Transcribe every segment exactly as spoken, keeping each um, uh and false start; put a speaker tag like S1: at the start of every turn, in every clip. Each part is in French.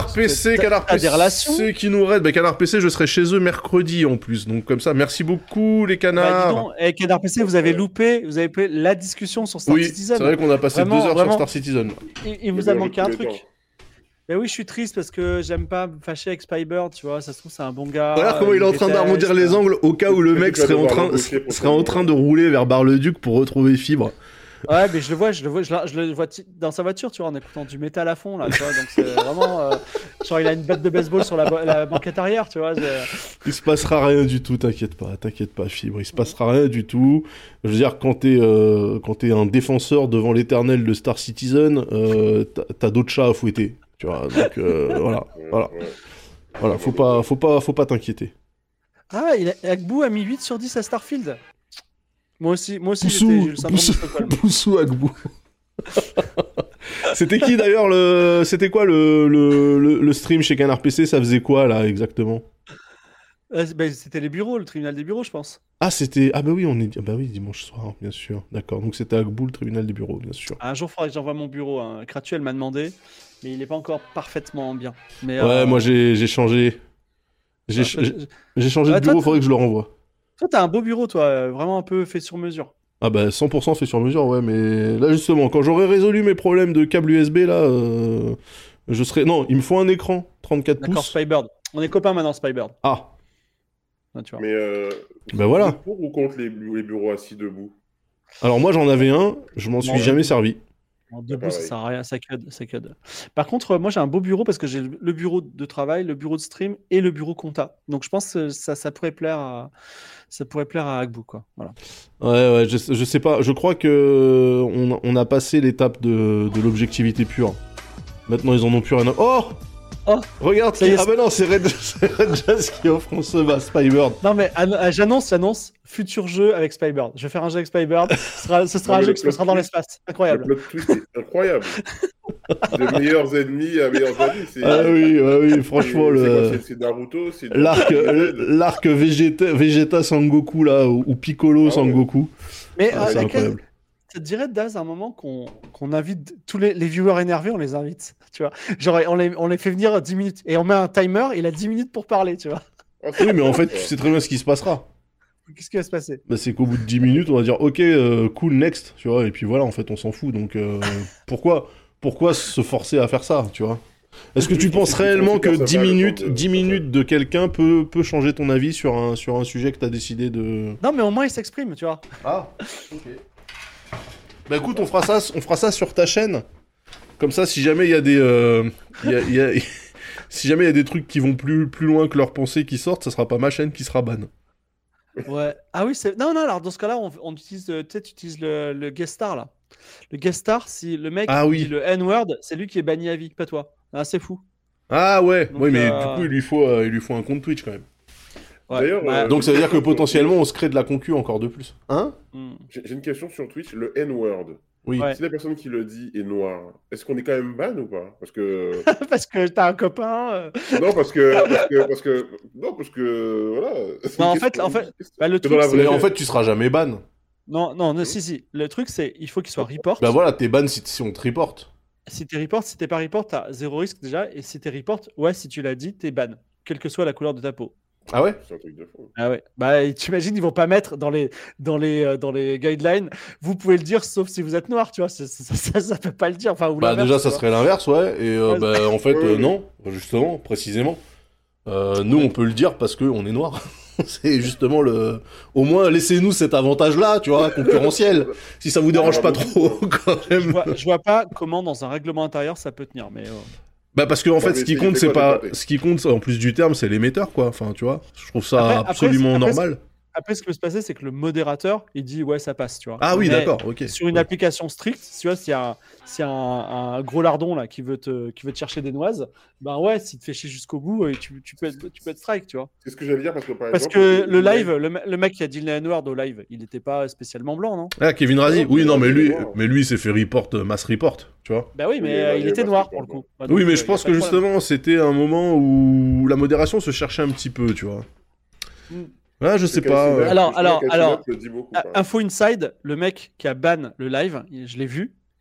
S1: Canard P C, Canard P C qui nous raide. Bah, Canard P C, je serai chez eux mercredi en plus. Donc comme ça, merci beaucoup les canards.
S2: Bah, dis donc, eh, Canard P C, vous avez loupé, vous avez loupé la discussion sur Star
S1: oui,
S2: Citizen.
S1: C'est vrai qu'on a passé
S2: vraiment,
S1: deux heures
S2: vraiment,
S1: sur Star Citizen.
S2: Il, il vous a manqué un truc. Mais oui, je suis triste parce que j'aime pas me fâcher avec Spybird, tu vois. Ça se trouve, c'est un bon gars.
S1: Regarde comment il est en train d'arrondir les angles au cas où le mec serait en train, serait en train de rouler vers Bar-le-Duc pour retrouver Fibre.
S2: Ouais, mais je le vois, je le vois, je, la, je le vois t- dans sa voiture, tu vois, en écoutant du métal à fond, là, tu vois. Donc c'est vraiment, euh, genre, il a une batte de baseball sur la, la banquette arrière, tu vois. Je...
S1: Il se passera rien du tout, t'inquiète pas, t'inquiète pas, Fibre. Il se passera rien du tout. Je veux dire, quand t'es, euh, quand t'es un défenseur devant l'éternel de Star Citizen, euh, t'as, t'as d'autres chats à fouetter, tu vois. Donc euh, voilà, voilà, voilà. Faut pas, faut pas, faut pas t'inquiéter.
S2: Ah, il a, Agbou a mis huit sur dix à Starfield. Moi aussi, moi aussi
S1: Poussou,
S2: j'étais, j'ai eu le syndrome
S1: Poussou,
S2: de Stockholm.
S1: Poussou Agbou. C'était qui d'ailleurs le... C'était quoi le, le, le, le stream chez Canard P C? Ça faisait quoi là exactement?
S2: euh, bah, C'était les bureaux, le tribunal des bureaux, je pense.
S1: Ah c'était... Ah bah oui, on est... Ah bah oui, dimanche soir, bien sûr. D'accord, donc c'était Agbou, le tribunal des bureaux, bien sûr.
S2: Un jour, il faudra que j'envoie mon bureau. Hein. Cratuel m'a demandé, mais il n'est pas encore parfaitement bien. Mais,
S1: ouais,
S2: euh...
S1: moi j'ai, j'ai changé... J'ai,
S2: Ah,
S1: j'ai... j'ai changé
S2: ah,
S1: de bureau,
S2: toi,
S1: faudrait que je le renvoie.
S2: Toi, t'as un beau bureau, toi, vraiment un peu fait sur mesure.
S1: Ah bah cent pour cent fait sur mesure, ouais, mais là justement, quand j'aurai résolu mes problèmes de câble U S B, là, euh, je serai... Non, il me faut un écran trente-quatre pouces.
S2: D'accord, Spybird. On est copains maintenant, Spybird.
S1: Ah.
S2: Ah, tu vois.
S3: Mais euh,
S1: bah voilà.
S3: Pour ou contre les, les bureaux assis debout?
S1: Alors moi j'en avais un, je m'en suis
S2: Non,
S1: jamais servi.
S2: En debout, ça sert à rien, ça code, ça code. Par contre, moi j'ai un beau bureau parce que j'ai le bureau de travail, le bureau de stream et le bureau compta. Donc je pense que ça, ça pourrait plaire à, ça pourrait plaire à Agbou, quoi. Voilà.
S1: Ouais, ouais, je, je sais pas. Je crois que on, on a passé l'étape de, de l'objectivité pure. Maintenant, ils en ont plus rien à... Oh
S2: Oh
S1: Regarde, qui... ah bah non, c'est Red, c'est Red Jazz qui offre un sub à Spybird.
S2: Non mais an- j'annonce, j'annonce, futur jeu avec Spybird. Je vais faire un jeu avec Spybird. Ce sera, ce sera non, un jeu qui se passera dans l'espace. Incroyable.
S3: Le plot twist est incroyable. De meilleurs ennemis à meilleurs amis. C'est...
S1: Ah oui, ouais, oui, franchement,
S3: c'est,
S1: le...
S3: c'est, quoi, c'est, c'est Naruto, c'est
S1: l'arc, l'arc Vegeta, Vegeta Sangoku là, ou, ou Piccolo ah, Sangoku.
S2: Mais
S1: ah,
S2: euh,
S1: c'est incroyable.
S2: Quel... Ça te dirait, Daz, à un moment qu'on, qu'on invite tous les, les viewers énervés, on les invite, tu vois. Genre, on les, on les fait venir dix minutes et on met un timer, il a dix minutes pour parler, tu vois.
S1: Oui, mais en fait, tu sais très bien ce qui se passera.
S2: Qu'est-ce qui va se passer?
S1: Bah, c'est qu'au bout de dix minutes, on va dire, ok, euh, cool, next, tu vois, et puis voilà, en fait, on s'en fout. Donc, euh, pourquoi, pourquoi se forcer à faire ça, tu vois? Est-ce que tu penses réellement que dix minutes, dix minutes de quelqu'un peut, peut changer ton avis sur un, sur un sujet que tu as décidé de...
S2: Non, mais au moins, il s'exprime, tu vois.
S1: Ah, ok. Bah écoute, on fera ça, on fera ça sur ta chaîne. Comme ça, si jamais il y a des, euh, y a, y a, si jamais il y a des trucs qui vont plus, plus loin que leurs pensées qui sortent, ça sera pas ma chaîne qui sera ban.
S2: Ouais. Ah oui, c'est. Non, non. Alors dans ce cas-là, on, on utilise, tu sais, tu utilises le, le guest star là. Le guest star, si le mec
S1: ah, oui.
S2: dit le N-word, c'est lui qui est banni à vie, pas toi. Ah, c'est fou.
S1: Ah ouais.
S2: Donc,
S1: oui, mais
S2: euh...
S1: du coup, il lui faut, euh, il lui faut un compte Twitch quand même.
S2: Ouais.
S3: D'ailleurs,
S2: bah,
S3: euh,
S1: donc ça veut dire que potentiellement, on se crée de la concu encore de plus. Hein?
S3: J'ai, j'ai une question sur Twitch. Le N-word.
S1: Oui.
S3: Ouais. Si la personne qui le dit est noire, est-ce qu'on est quand même ban ou pas? Parce que
S2: parce que t'as un copain. Euh...
S3: Non, parce que parce que parce que non, parce que voilà.
S2: Non, en fait, en fait, bah, le truc,
S1: mais en fait, tu seras jamais ban.
S2: Non, non, non, si, si. Le truc, c'est il faut qu'il soit report.
S1: Bah voilà, t'es ban si, si on te reporte.
S2: Si t'es report, si t'es pas report, t'as zéro risque déjà. Et si t'es report, ouais, si tu l'as dit, t'es ban, quelle que soit la couleur de ta peau.
S1: Ah ouais?
S3: C'est un truc de fou.
S2: Ah ouais. Bah, t'imagines, ils vont pas mettre dans les, dans les, euh, dans les guidelines, vous pouvez le dire sauf si vous êtes noir, tu vois. Ça, ça, ça, ça peut pas le dire. Enfin, ou
S1: bah, déjà, ça serait l'inverse, ouais. Et euh,
S2: ouais,
S1: bah, en fait, euh, non, justement, précisément. Euh, nous, on peut le dire parce qu'on est noir. C'est justement le. Au moins, laissez-nous cet avantage-là, tu vois, concurrentiel. Si ça vous dérange pas trop, quand même.
S2: Je vois, je vois pas comment, dans un règlement intérieur, ça peut tenir, mais. Euh...
S1: Bah parce que en fait, ce qui compte, c'est pas, ce qui compte en plus du terme, c'est l'émetteur, quoi. Enfin, tu vois, je trouve ça
S2: après,
S1: absolument
S2: après,
S1: normal.
S2: Après, après, ce qui peut se passer, c'est que le modérateur, il dit ouais, ça passe, tu vois.
S1: Ah oui,
S2: mais
S1: d'accord, ok.
S2: Sur une
S1: ouais.
S2: application stricte, tu vois, s'il y a, s'il y a un, un gros lardon là qui veut te, qui veut te chercher des noises, ben ouais, s'il te fait chier jusqu'au bout, tu, tu peux, être, tu peux être strike, tu vois.
S3: C'est ce que j'allais dire parce que par
S2: parce
S3: exemple.
S2: Parce que le live, le, le mec qui a dit le N-word au live, il n'était pas spécialement blanc, non?
S1: Ah, Kevin Razi. Oui, non, mais lui, mais lui, il s'est fait report, mass report, tu vois.
S2: Bah oui, mais euh, il était noir pour le coup.
S1: Bah, donc, oui, mais je pense que justement, c'était un moment où la modération se cherchait un petit peu, tu vois. Mm. Ah, je sais pas.
S2: Alors, alors, alors, info inside, le mec qui a ban le live, je l'ai vu,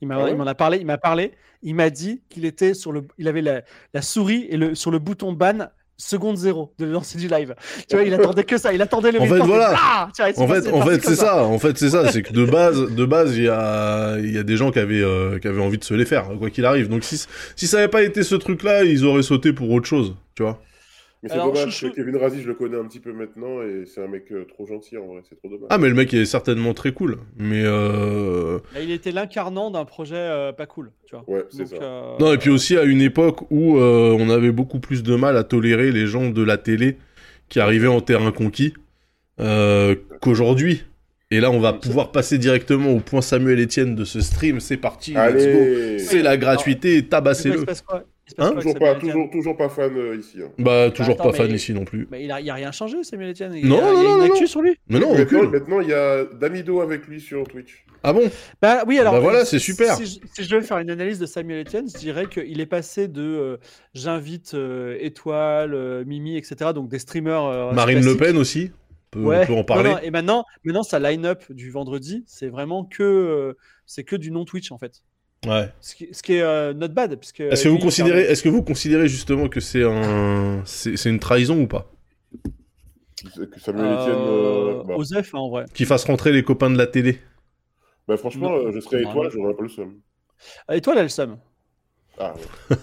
S2: Il m'a,
S3: Ah ouais
S2: il m'en a parlé. Il m'a parlé. Il m'a dit qu'il était sur le, il avait la, la souris et le sur le bouton ban seconde zéro de lancer du live. Tu vois, il attendait que ça. Il attendait le.
S1: En fait,
S2: report,
S1: voilà.
S2: et ah Tiens, il s'est
S1: En
S2: passé
S1: fait,
S2: une
S1: en
S2: partie
S1: fait,
S2: comme
S1: c'est ça. En fait, c'est ça. C'est que de base, de base, il y a, il y a des gens qui avaient, euh, qui avaient envie de se les faire, quoi qu'il arrive. Donc, si, si ça n'avait pas été ce truc-là, ils auraient sauté pour autre chose, tu vois.
S3: Mais c'est
S2: Alors,
S3: dommage,
S2: chouchou-
S3: Kevin Razi, je le connais un petit peu maintenant, et c'est un mec euh, trop gentil, en vrai, c'est trop dommage.
S1: Ah, mais le mec est certainement très cool. Mais euh...
S2: Là, il était l'incarnant d'un projet euh, pas cool, tu vois.
S3: Ouais, c'est
S2: Donc,
S3: ça.
S2: euh,
S1: non, et puis aussi à une époque où euh, on avait beaucoup plus de mal à tolérer les gens de la télé qui arrivaient en terrain conquis euh, qu'aujourd'hui. Et là, on va pouvoir passer directement au point Samuel Etienne de ce stream. C'est parti, let's go.
S3: Allez
S1: C'est la gratuité,
S2: il
S1: tabassez-le.
S2: se passe quoi Il se passe
S1: Hein
S2: quoi avec
S3: toujours
S2: Samuel
S3: pas,
S2: Etienne
S3: toujours, toujours pas fan euh, ici. Hein.
S1: Bah, toujours
S2: attends,
S1: pas fan
S2: mais-
S1: ici non plus.
S2: Mais il a, il a rien changé, Samuel Etienne. Il
S1: Non,
S2: y a,
S1: non,
S2: il y a
S1: non,
S2: une
S1: non,
S2: actu
S1: non.
S2: sur lui.
S1: Mais non,
S3: maintenant,
S1: aucune.
S3: maintenant, il y a Damido avec lui sur Twitch.
S1: Ah bon?
S2: Bah oui, alors.
S1: Bah voilà,
S2: euh,
S1: c'est
S2: si-
S1: super.
S2: Si, je- si je devais faire une analyse de Samuel Etienne, je dirais qu'il est passé de euh, j'invite euh, Étoile, euh, Mimi, et cetera. Donc des streamers. euh,
S1: Marine Le
S2: classiques.
S1: Pen aussi. On peut,
S2: Ouais.
S1: on peut en parler.
S2: Non, non, et maintenant, maintenant sa line-up du vendredi, c'est vraiment que euh, c'est que du non Twitch en fait.
S1: Ouais.
S2: Ce qui, ce qui est euh, not bad, puisque.
S1: Est-ce que vous
S2: lui, il
S1: considérez,
S2: permet-
S1: est-ce que vous considérez justement que c'est un, c'est, c'est une trahison ou pas?
S3: Que Samuel Etienne.
S2: Euh,
S3: Euh, bah,
S2: Osef, hein, en vrai.
S1: Qu'il fasse rentrer les copains de la télé.
S3: bah, franchement,
S2: Non.
S3: euh, je serais
S2: Non,
S3: étoile,
S2: non.
S3: j'aurais pas le seum.
S2: Ah, Étoile, elle le somme.
S3: Ah, ouais.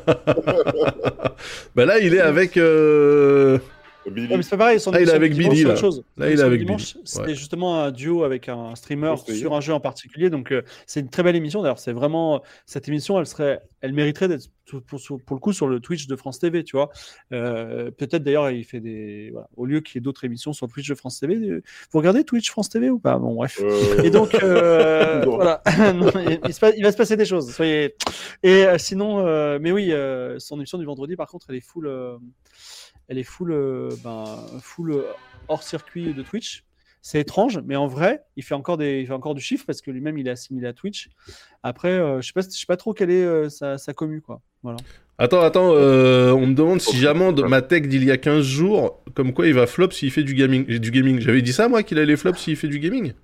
S1: Bah là, il est avec. euh,
S3: Billy.
S2: Ouais, mais c'est pas pareil. Son
S1: Ah, il est
S2: émission
S1: avec
S2: du dimanche,
S1: Billy,
S2: c'est
S1: là.
S2: autre chose.
S1: Là,
S2: Son
S1: il est
S2: émission
S1: avec
S2: du dimanche,
S1: Billy.
S2: c'était
S1: Ouais.
S2: justement un duo avec un streamer
S3: Non, c'était
S2: sur
S3: hier.
S2: un jeu en particulier. Donc, euh, c'est une très belle émission. D'ailleurs, c'est vraiment cette émission, elle serait, elle mériterait d'être pour, pour, pour le coup sur le Twitch de France T V, tu vois. Euh, peut-être d'ailleurs, il fait des, voilà, au lieu qu'il y ait d'autres émissions sur le Twitch de France T V. euh, Vous regardez Twitch France T V ou pas? Bon, bref.
S3: Euh,
S2: Et donc, euh,
S3: Non.
S2: voilà, Non, il, il se passe- il va se passer des choses. Soyez. Et euh, sinon, euh, mais oui, euh, son émission du vendredi, par contre, elle est full, euh, elle est full, euh, ben, full euh, hors circuit de Twitch. C'est étrange, mais en vrai, il fait encore des, il fait encore du chiffre parce que lui-même, il est assimilé à Twitch. Après, euh, je sais pas, je sais pas trop quelle est euh, sa, sa commu, quoi. Voilà.
S1: Attends, attends, euh, on me demande si j'amende ma tech d'il y a quinze jours, comme quoi il va flop s'il fait du gaming. Du gaming. J'avais dit ça, moi, qu'il allait flop s'il fait du gaming?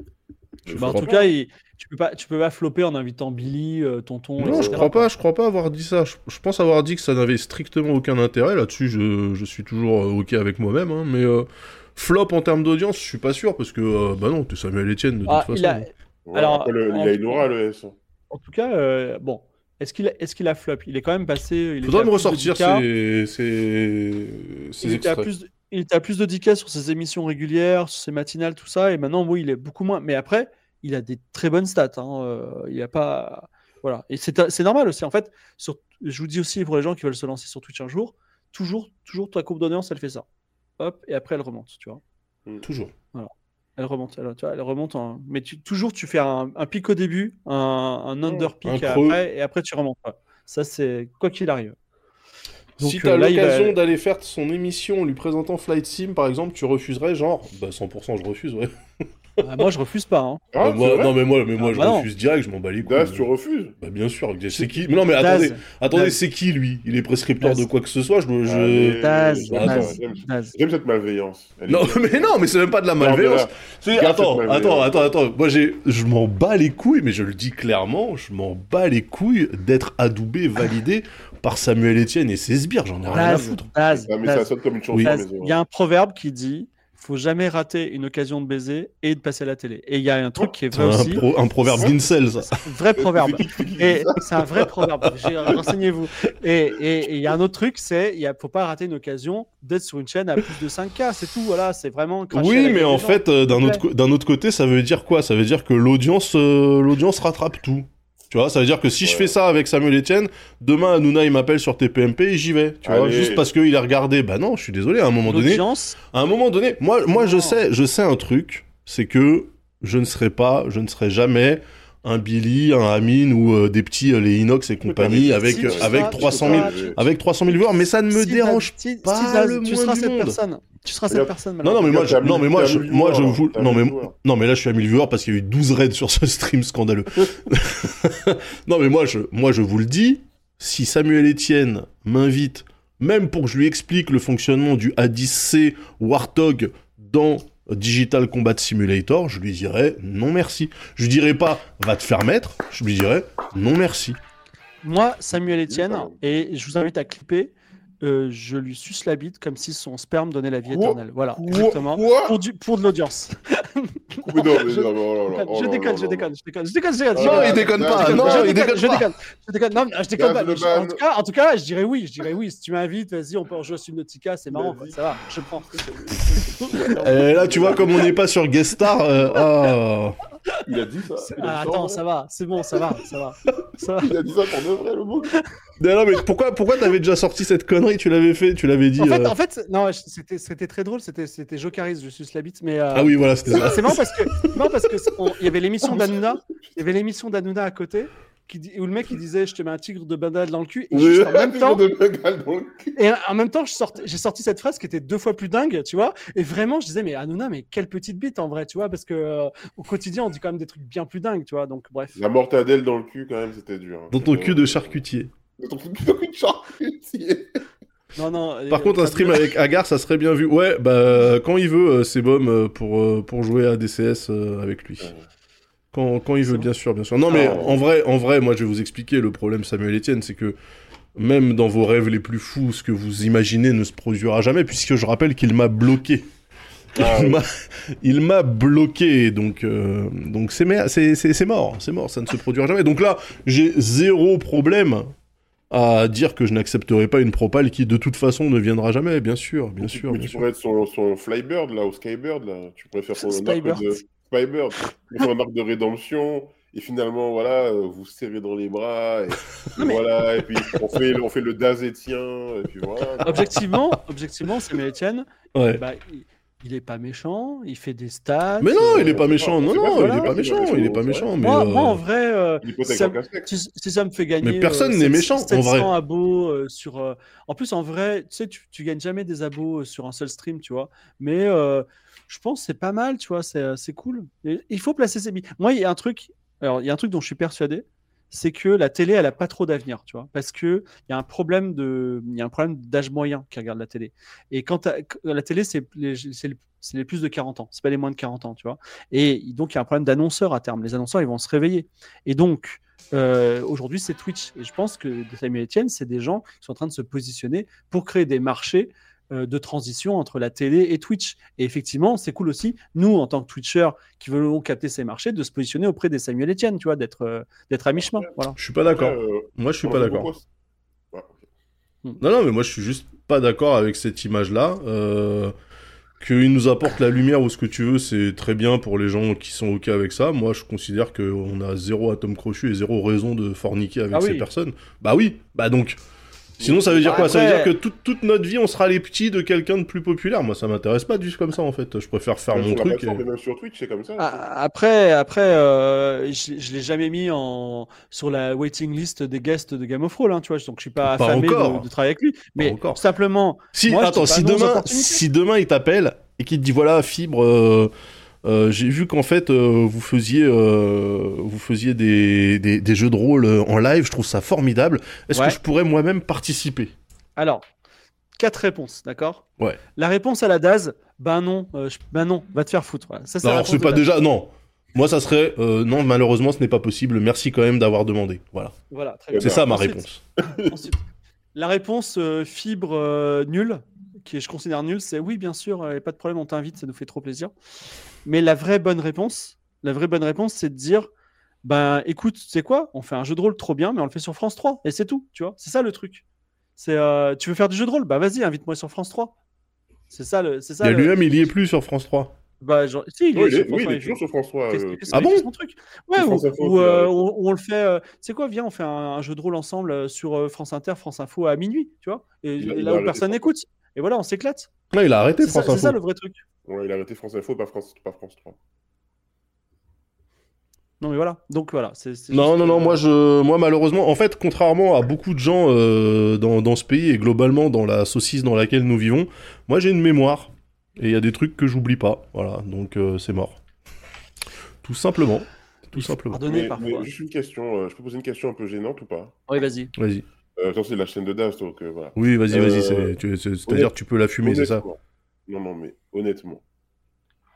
S3: je
S2: Bah, en
S3: crois
S2: tout
S3: pas.
S2: cas, il- tu peux pas, tu peux pas flopper en invitant Billy, euh, Tonton.
S1: Non, je
S2: et cetera,
S1: crois
S2: quoi.
S1: pas, je crois pas avoir dit ça. Je, je pense avoir dit que ça n'avait strictement aucun intérêt. Là-dessus, je, je suis toujours euh, ok avec moi-même, hein, mais euh, flop en termes d'audience, je suis pas sûr parce que euh, bah non, t'es Samuel Etienne de toute
S2: Ah,
S1: façon.
S2: il a,
S1: hein.
S3: Ouais,
S2: Alors,
S3: après, le-
S2: en-
S3: il a une aura, le S.
S2: en tout cas, euh, bon, est-ce qu'il, a- est-ce qu'il a flop? Il est quand même passé. Il
S1: Faudrait
S2: était
S1: me
S2: à plus de
S1: ressortir
S2: dix K.
S1: ces, ces, ces
S2: Il était, à
S1: extraits.
S2: plus de, il était à plus de dix K sur ses émissions régulières, sur ses matinales, tout ça. Et maintenant, oui, il est beaucoup moins. Mais après, il a des très bonnes stats. Hein. Euh, il a pas. Voilà. Et c'est, c'est normal aussi. En fait, sur, je vous dis aussi pour les gens qui veulent se lancer sur Twitch un jour, toujours, toujours ta courbe d'audience, elle fait ça. Hop, et après, elle remonte, tu vois.
S1: Toujours.
S2: Elle remonte, elle, tu vois, elle remonte. En... Mais tu, toujours, tu fais un, un pic au début, un, un under peak
S1: un creux.
S2: après, et après, tu remontes. Ouais. Ça, c'est quoi qu'il arrive. Donc,
S1: si
S2: euh,
S1: t'as
S2: là, il va-
S1: l'occasion d'aller faire son émission en lui présentant Flight Sim, par exemple, tu refuserais genre bah cent pour cent je refuse, ouais.
S2: Ah, moi, je refuse pas. Hein.
S3: Ah,
S1: Euh,
S3: c'est
S1: moi,
S3: vrai
S1: non mais moi, mais moi
S2: Ah,
S1: je
S2: bah non.
S1: refuse direct, je m'en bats les couilles.
S3: Das, tu refuses?
S1: Bah bien sûr, c'est qui? Mais non mais attendez,
S2: Daz.
S1: attendez,
S2: Daz.
S1: c'est qui lui? Il est prescripteur
S2: Daz.
S1: de quoi que ce soit, je dois... Je...
S3: Allez,
S2: Daz,
S3: j'aime
S1: Bah,
S3: ça,
S2: Daz,
S3: j'aime-
S2: Daz.
S3: J'aime cette malveillance. Elle est
S1: Non
S3: bien.
S1: mais non, mais c'est même pas de la
S3: Non, mais
S1: malveillance.
S3: là,
S1: C'est-
S3: garde
S1: Attends,
S3: cette
S1: attends,
S3: malveillance.
S1: attends, attends. Moi j'ai, je m'en bats les couilles, mais je le dis clairement, je m'en bats les couilles d'être adoubé, validé par Samuel Etienne et ses sbires. J'en ai rien à
S2: Daz,
S1: foutre.
S2: Daz,
S3: Ah, mais ça
S2: Daz.
S3: sonne comme une chanson.
S1: Oui.
S3: mais
S2: Daz.
S3: c'est
S2: Il y a un proverbe qui dit faut jamais rater une occasion de baiser et de passer à la télé. Et il y a un truc qui est
S1: C'est
S2: vrai
S1: un,
S2: aussi.
S1: pro- un proverbe d'incel, ça.
S2: C'est un vrai proverbe.
S3: C'est qui- c'est qui qui
S2: Et
S3: dit ça
S2: c'est un vrai proverbe. J'ai- Renseignez-vous. Et et- et il y a un autre truc, c'est il y a- faut pas rater une occasion d'être sur une chaîne à plus de cinq K. C'est tout. Voilà, c'est vraiment. cracher à
S1: Oui,
S2: la
S1: mais
S2: gueule
S1: en
S2: des gens.
S1: fait, euh, d'un
S2: Ouais.
S1: autre, co- d'un autre côté, ça veut dire quoi? Ça veut dire que l'audience, euh, l'audience rattrape tout. Tu vois, ça veut dire que si je
S3: Ouais.
S1: fais ça avec Samuel Etienne, demain Hanouna il m'appelle sur T P M P et j'y vais. Tu vois,
S3: Allez.
S1: juste parce qu'il a regardé. Bah non, je suis désolé. À un moment donné,
S2: L'audience.
S1: à un moment donné, moi, moi je
S2: Non.
S1: sais, je sais un truc, c'est que je ne serai pas, je ne serai jamais un Billy, un Amine ou euh, des petits euh, les Inox et compagnie
S3: mais
S1: avec
S2: si tu
S1: euh,
S2: seras-
S1: avec
S2: tu
S1: trois cent mille,
S2: seras- tu-
S1: avec trois cent mille viewers. Mais ça ne me
S2: Si
S1: dérange
S2: t'as- si-
S1: pas
S2: si t'as-
S1: le
S2: Tu
S1: moins
S2: seras
S1: du
S2: cette
S1: monde.
S2: personne. Tu seras cette
S3: Regarde.
S2: personne.
S1: Non, non, mais moi,
S3: T'as
S1: je,
S3: mille-
S1: non, mais moi,
S3: t'as
S1: je,
S3: mille
S1: moi, je
S3: viewers,
S1: vous,
S3: t'as
S1: non,
S3: mille
S1: mais,
S3: viewers.
S1: non, mais là, je suis à mille viewers parce qu'il y a eu douze raids sur ce stream scandaleux. Non, mais moi, je, moi, je vous le dis, si Samuel Etienne m'invite, même pour que je lui explique le fonctionnement du A dix C Warthog dans Digital Combat Simulator, je lui dirais non merci. Je lui dirais pas va te faire mettre, je lui dirais non merci.
S2: Moi, Samuel Etienne, et je vous invite à clipper, euh, je lui suce la bite comme si son sperme donnait la vie
S3: Quoi
S2: éternelle. Voilà,
S3: Quoi
S2: exactement.
S3: Quoi
S2: Pour, du, pour de l'audience.
S3: Mais non, mais
S2: Je-
S3: non, mais oh là là, oh
S2: Je
S3: là
S2: déconne,
S3: là
S2: je
S3: là
S2: déconne,
S3: là.
S2: je déconne, je déconne, je déconne, je déconne.
S1: Non,
S3: Daz,
S1: il déconne
S3: Daz,
S1: pas.
S3: je
S1: Non,
S2: je
S1: il
S2: déconne,
S1: déconne
S2: je
S1: pas.
S2: déconne, je déconne. Non, je déconne
S3: Daz,
S2: pas.
S3: le
S2: Je- En
S3: ban.
S2: tout cas, en tout cas, je dirais oui, je dirais oui. Si tu m'invites, vas-y, on peut rejouer à Subnautica, c'est marrant, quoi. Ça va, je prends.
S1: Et là, tu vois, comme on n'est pas sur Guest Star, euh, ah.
S3: Il a dit ça. Il a
S2: Ah,
S3: dit ça,
S2: attends,
S3: en
S2: ça
S3: vrai.
S2: va, c'est bon, ça va, ça va, ça va.
S3: Il a dit ça pour de vrai, le mot.
S1: Non, non, mais pourquoi, pourquoi t'avais déjà sorti cette connerie? Tu l'avais fait, tu l'avais dit.
S2: En fait,
S1: euh,
S2: en fait, non, je- c'était, c'était très drôle, c'était, c'était Jocaris, je suce la bite, mais. euh,
S1: Ah oui, voilà, c'était ça.
S2: C'est marrant parce que, non, parce que c'est- on- il y avait l'émission d'Anouna, il y avait l'émission d'Anouna à côté, qui dit, où le mec il disait je te mets un tigre de bandade dans le cul, et
S3: Oui,
S2: juste en même temps,
S3: de Bengale dans le cul.
S2: et en même temps, je sortais- j'ai sorti cette phrase qui était deux fois plus dingue, tu vois, et vraiment je disais mais Hanouna, mais quelle petite bite en vrai, tu vois, parce que euh, au quotidien on dit quand même des trucs bien plus dingues, tu vois, donc bref.
S3: La mortadelle dans le cul, quand même, c'était dur. hein.
S1: Dans ton cul de charcutier.
S3: Dans ton cul de charcutier.
S2: Non, non.
S1: Par
S2: euh,
S1: contre, un
S2: pas
S1: stream
S2: de-
S1: avec Agar, ça serait bien vu. Ouais, bah, quand il veut, euh, c'est Bom euh, pour, euh, pour jouer à D C S euh, avec lui.
S3: Ouais.
S1: Quand, quand il veut,
S2: C'est
S1: bien sûr, bien sûr. Non, mais
S3: Ah, ouais.
S1: en vrai, en vrai, moi, je vais vous expliquer le problème, Samuel Etienne, c'est que même dans vos rêves les plus fous, ce que vous imaginez ne se produira jamais, puisque je rappelle qu'il m'a bloqué.
S3: Ah,
S1: Il
S3: ouais.
S1: m'a- Il m'a bloqué, donc euh, donc c'est mer- c'est c'est- c'est mort, c'est mort, ça ne se produira jamais. Donc là, j'ai zéro problème à dire que je n'accepterai pas une propale qui de toute façon ne viendra jamais, bien sûr, bien
S3: Tu-
S1: sûr,
S3: mais
S1: bien
S3: tu
S1: sûr.
S3: pourrais être son, son Flybird, là, ou Skybird, là. Tu pourrais faire son arc
S2: Spybird.
S3: de... Spybird. Tu pourrais faire un arc de rédemption, et finalement, voilà, euh, vous serrez dans les bras, et, et voilà, et puis on fait, on fait le Dazetien, et puis voilà.
S2: Objectivement, objectivement, Samuel Etienne,
S1: Ouais.
S2: bah, il, il est pas méchant, il fait des stats.
S1: Mais non, il est
S3: euh,
S1: pas
S3: c'est
S1: méchant.
S3: pas-
S1: Non,
S3: c'est pas
S1: non,
S3: ça,
S1: il
S2: voilà.
S1: est pas
S3: c'est pas
S1: méchant.
S3: méchant,
S1: Il est pas
S3: c'est
S1: méchant. Mais
S2: Moi,
S1: euh,
S2: moi, en vrai, euh,
S3: Il est pote
S2: si,
S3: avec
S2: ça,
S3: un casse-tête.
S2: si- si ça me fait gagner.
S1: Mais personne
S2: euh,
S1: n'est
S2: sept-
S1: méchant, en
S2: sept cents
S1: vrai.
S2: abos euh, sur. euh, En plus, en vrai, tu sais, tu, tu gagnes jamais des abos euh, sur un seul stream, tu vois. Mais euh, je pense que c'est pas mal, tu vois. C'est, euh, c'est cool. Et il faut placer ses billes. Moi, il y a un truc. Alors, il y a un truc dont je suis persuadé, c'est que la télé, elle a pas trop d'avenir, tu vois, parce que il y a un problème de, il y a un problème d'âge moyen qui regarde la télé. Et quand t'as- la télé, c'est les, c'est les, c'est les plus de quarante ans, c'est pas les moins de quarante ans, tu vois. Et donc il y a un problème d'annonceurs à terme. Les annonceurs, ils vont se réveiller. Et donc euh, aujourd'hui, c'est Twitch. Et je pense que Samuel Etienne, c'est des gens qui sont en train de se positionner pour créer des marchés euh, de transition entre la télé et Twitch. Et effectivement, c'est cool aussi, nous, en tant que Twitchers qui voulons capter ces marchés, de se positionner auprès des Samuel Etienne, tu vois, d'être euh, d'être à mi-chemin. Voilà.
S1: je suis pas d'accord.
S3: Après, euh,
S1: Moi, je suis
S3: moi,
S1: pas
S3: je
S1: d'accord.
S3: propose- Ouais, ok.
S1: Non, non, mais moi, je suis juste pas d'accord avec cette image-là. Euh... Qu'il nous apporte la lumière ou ce que tu veux, c'est très bien pour les gens qui sont OK avec ça. Moi, je considère qu'on a zéro atome crochu et zéro raison de forniquer avec
S2: Ah
S1: ces
S2: oui.
S1: personnes. Bah oui, bah donc. Sinon, ça veut dire
S2: Bah
S1: quoi? Ça veut dire
S2: après-
S1: que toute, toute notre vie, on sera les petits de quelqu'un de plus populaire. Moi, ça m'intéresse pas de vivre comme ça, en fait. Je préfère faire
S3: Même
S1: mon
S3: sur la
S1: truc.
S3: plateforme,
S1: et-
S3: et même sur Twitch, c'est comme ça.
S2: Ah, Après, après euh, je, je l'ai jamais mis en, sur la waiting list des guests de Game of Thrones, hein, tu vois, donc je suis pas
S1: Pas
S2: affamé
S1: encore.
S2: de, de travailler avec lui. Mais
S1: encore.
S2: simplement,
S1: Si,
S2: moi, je
S1: attends,
S2: dis pas
S1: si
S2: non aux
S1: demain,
S2: opportunités.
S1: si demain il t'appelle et qu'il te dit voilà, Fibre, euh, euh, j'ai vu qu'en fait euh, vous faisiez, euh, vous faisiez des, des, des jeux de rôle euh, en live, je trouve ça formidable. Est-ce
S2: Ouais.
S1: que je pourrais moi-même participer?
S2: Alors, quatre réponses, d'accord?
S1: Ouais.
S2: La réponse à la D A Z, ben non, euh, je- ben non, va te faire foutre. Voilà. Ça, c'est
S1: Non,
S2: la
S1: alors
S2: réponse
S1: c'est pas
S2: de D A Z.
S1: déjà. Non. Moi, ça serait euh, non, malheureusement, ce n'est pas possible. Merci quand même d'avoir demandé. Voilà.
S2: Voilà, très
S3: C'est
S2: bien.
S1: C'est ça ma
S2: Ensuite-
S1: réponse.
S2: Ensuite, la réponse euh, fibre euh, nulle, qui est, je considère nulle, c'est oui, bien sûr, euh, pas de problème, on t'invite, ça nous fait trop plaisir. Mais la vraie bonne réponse, la vraie bonne réponse, c'est de dire, ben écoute, tu sais quoi, on fait un jeu de rôle trop bien, mais on le fait sur France trois, et c'est tout, tu vois. C'est ça le truc. C'est, euh, tu veux faire du jeu de rôle, bah vas-y, invite-moi sur France trois. C'est ça le, c'est ça.
S1: Et
S2: le-
S1: lui-même, il y est plus sur France trois.
S2: Bah, genre, si, il
S3: Oui,
S2: est
S3: il
S2: sur
S3: est,
S2: France
S3: oui, il
S2: trois,
S3: est toujours sur France trois.
S2: Qu'est-ce-
S3: euh,
S2: qu'est-ce
S1: Ah
S2: qu'il fait
S1: bon
S2: son truc Ouais,
S3: Sur
S2: ou,
S3: France Info,
S2: ou,
S3: tu
S2: euh,
S3: as-
S2: on, on le fait. euh, Tu sais quoi Viens, on fait un, un jeu de rôle ensemble euh, sur euh, France Inter, France Info à minuit, tu vois. Et,
S3: Il a-
S2: et
S3: il
S2: là
S3: a
S2: où
S3: arrêté
S2: personne
S3: France
S2: n'écoute. Et voilà, on s'éclate.
S1: Ouais, il a arrêté
S2: C'est ça,
S1: France
S2: c'est ça
S1: Info.
S2: le vrai truc.
S3: Ouais, il a arrêté France Info, pas France, pas France trois.
S2: Non mais voilà. Donc voilà. c'est- c'est
S1: Non,
S2: juste,
S1: non, non,
S2: euh,
S1: moi, je, moi, malheureusement, en fait, contrairement à beaucoup de gens euh, dans, dans ce pays et globalement dans la saucisse dans laquelle nous vivons, moi, j'ai une mémoire. Et il y a des trucs que j'oublie pas. Voilà, donc euh, c'est mort. Tout simplement. Tout
S2: il faut
S1: simplement.
S2: Pardonner
S3: Mais,
S2: parfois.
S3: mais juste une question, euh, je peux poser une question un peu gênante ou pas?
S2: Oui, vas-y.
S1: Vas-y.
S3: euh, Attends, c'est la chaîne de Daz, donc euh, voilà.
S1: Oui, vas-y,
S3: Euh,
S1: vas-y. c'est- tu- c'est- C'est-à-dire, tu peux la fumer, c'est ça?
S3: Honnêtement. Non, non, mais honnêtement.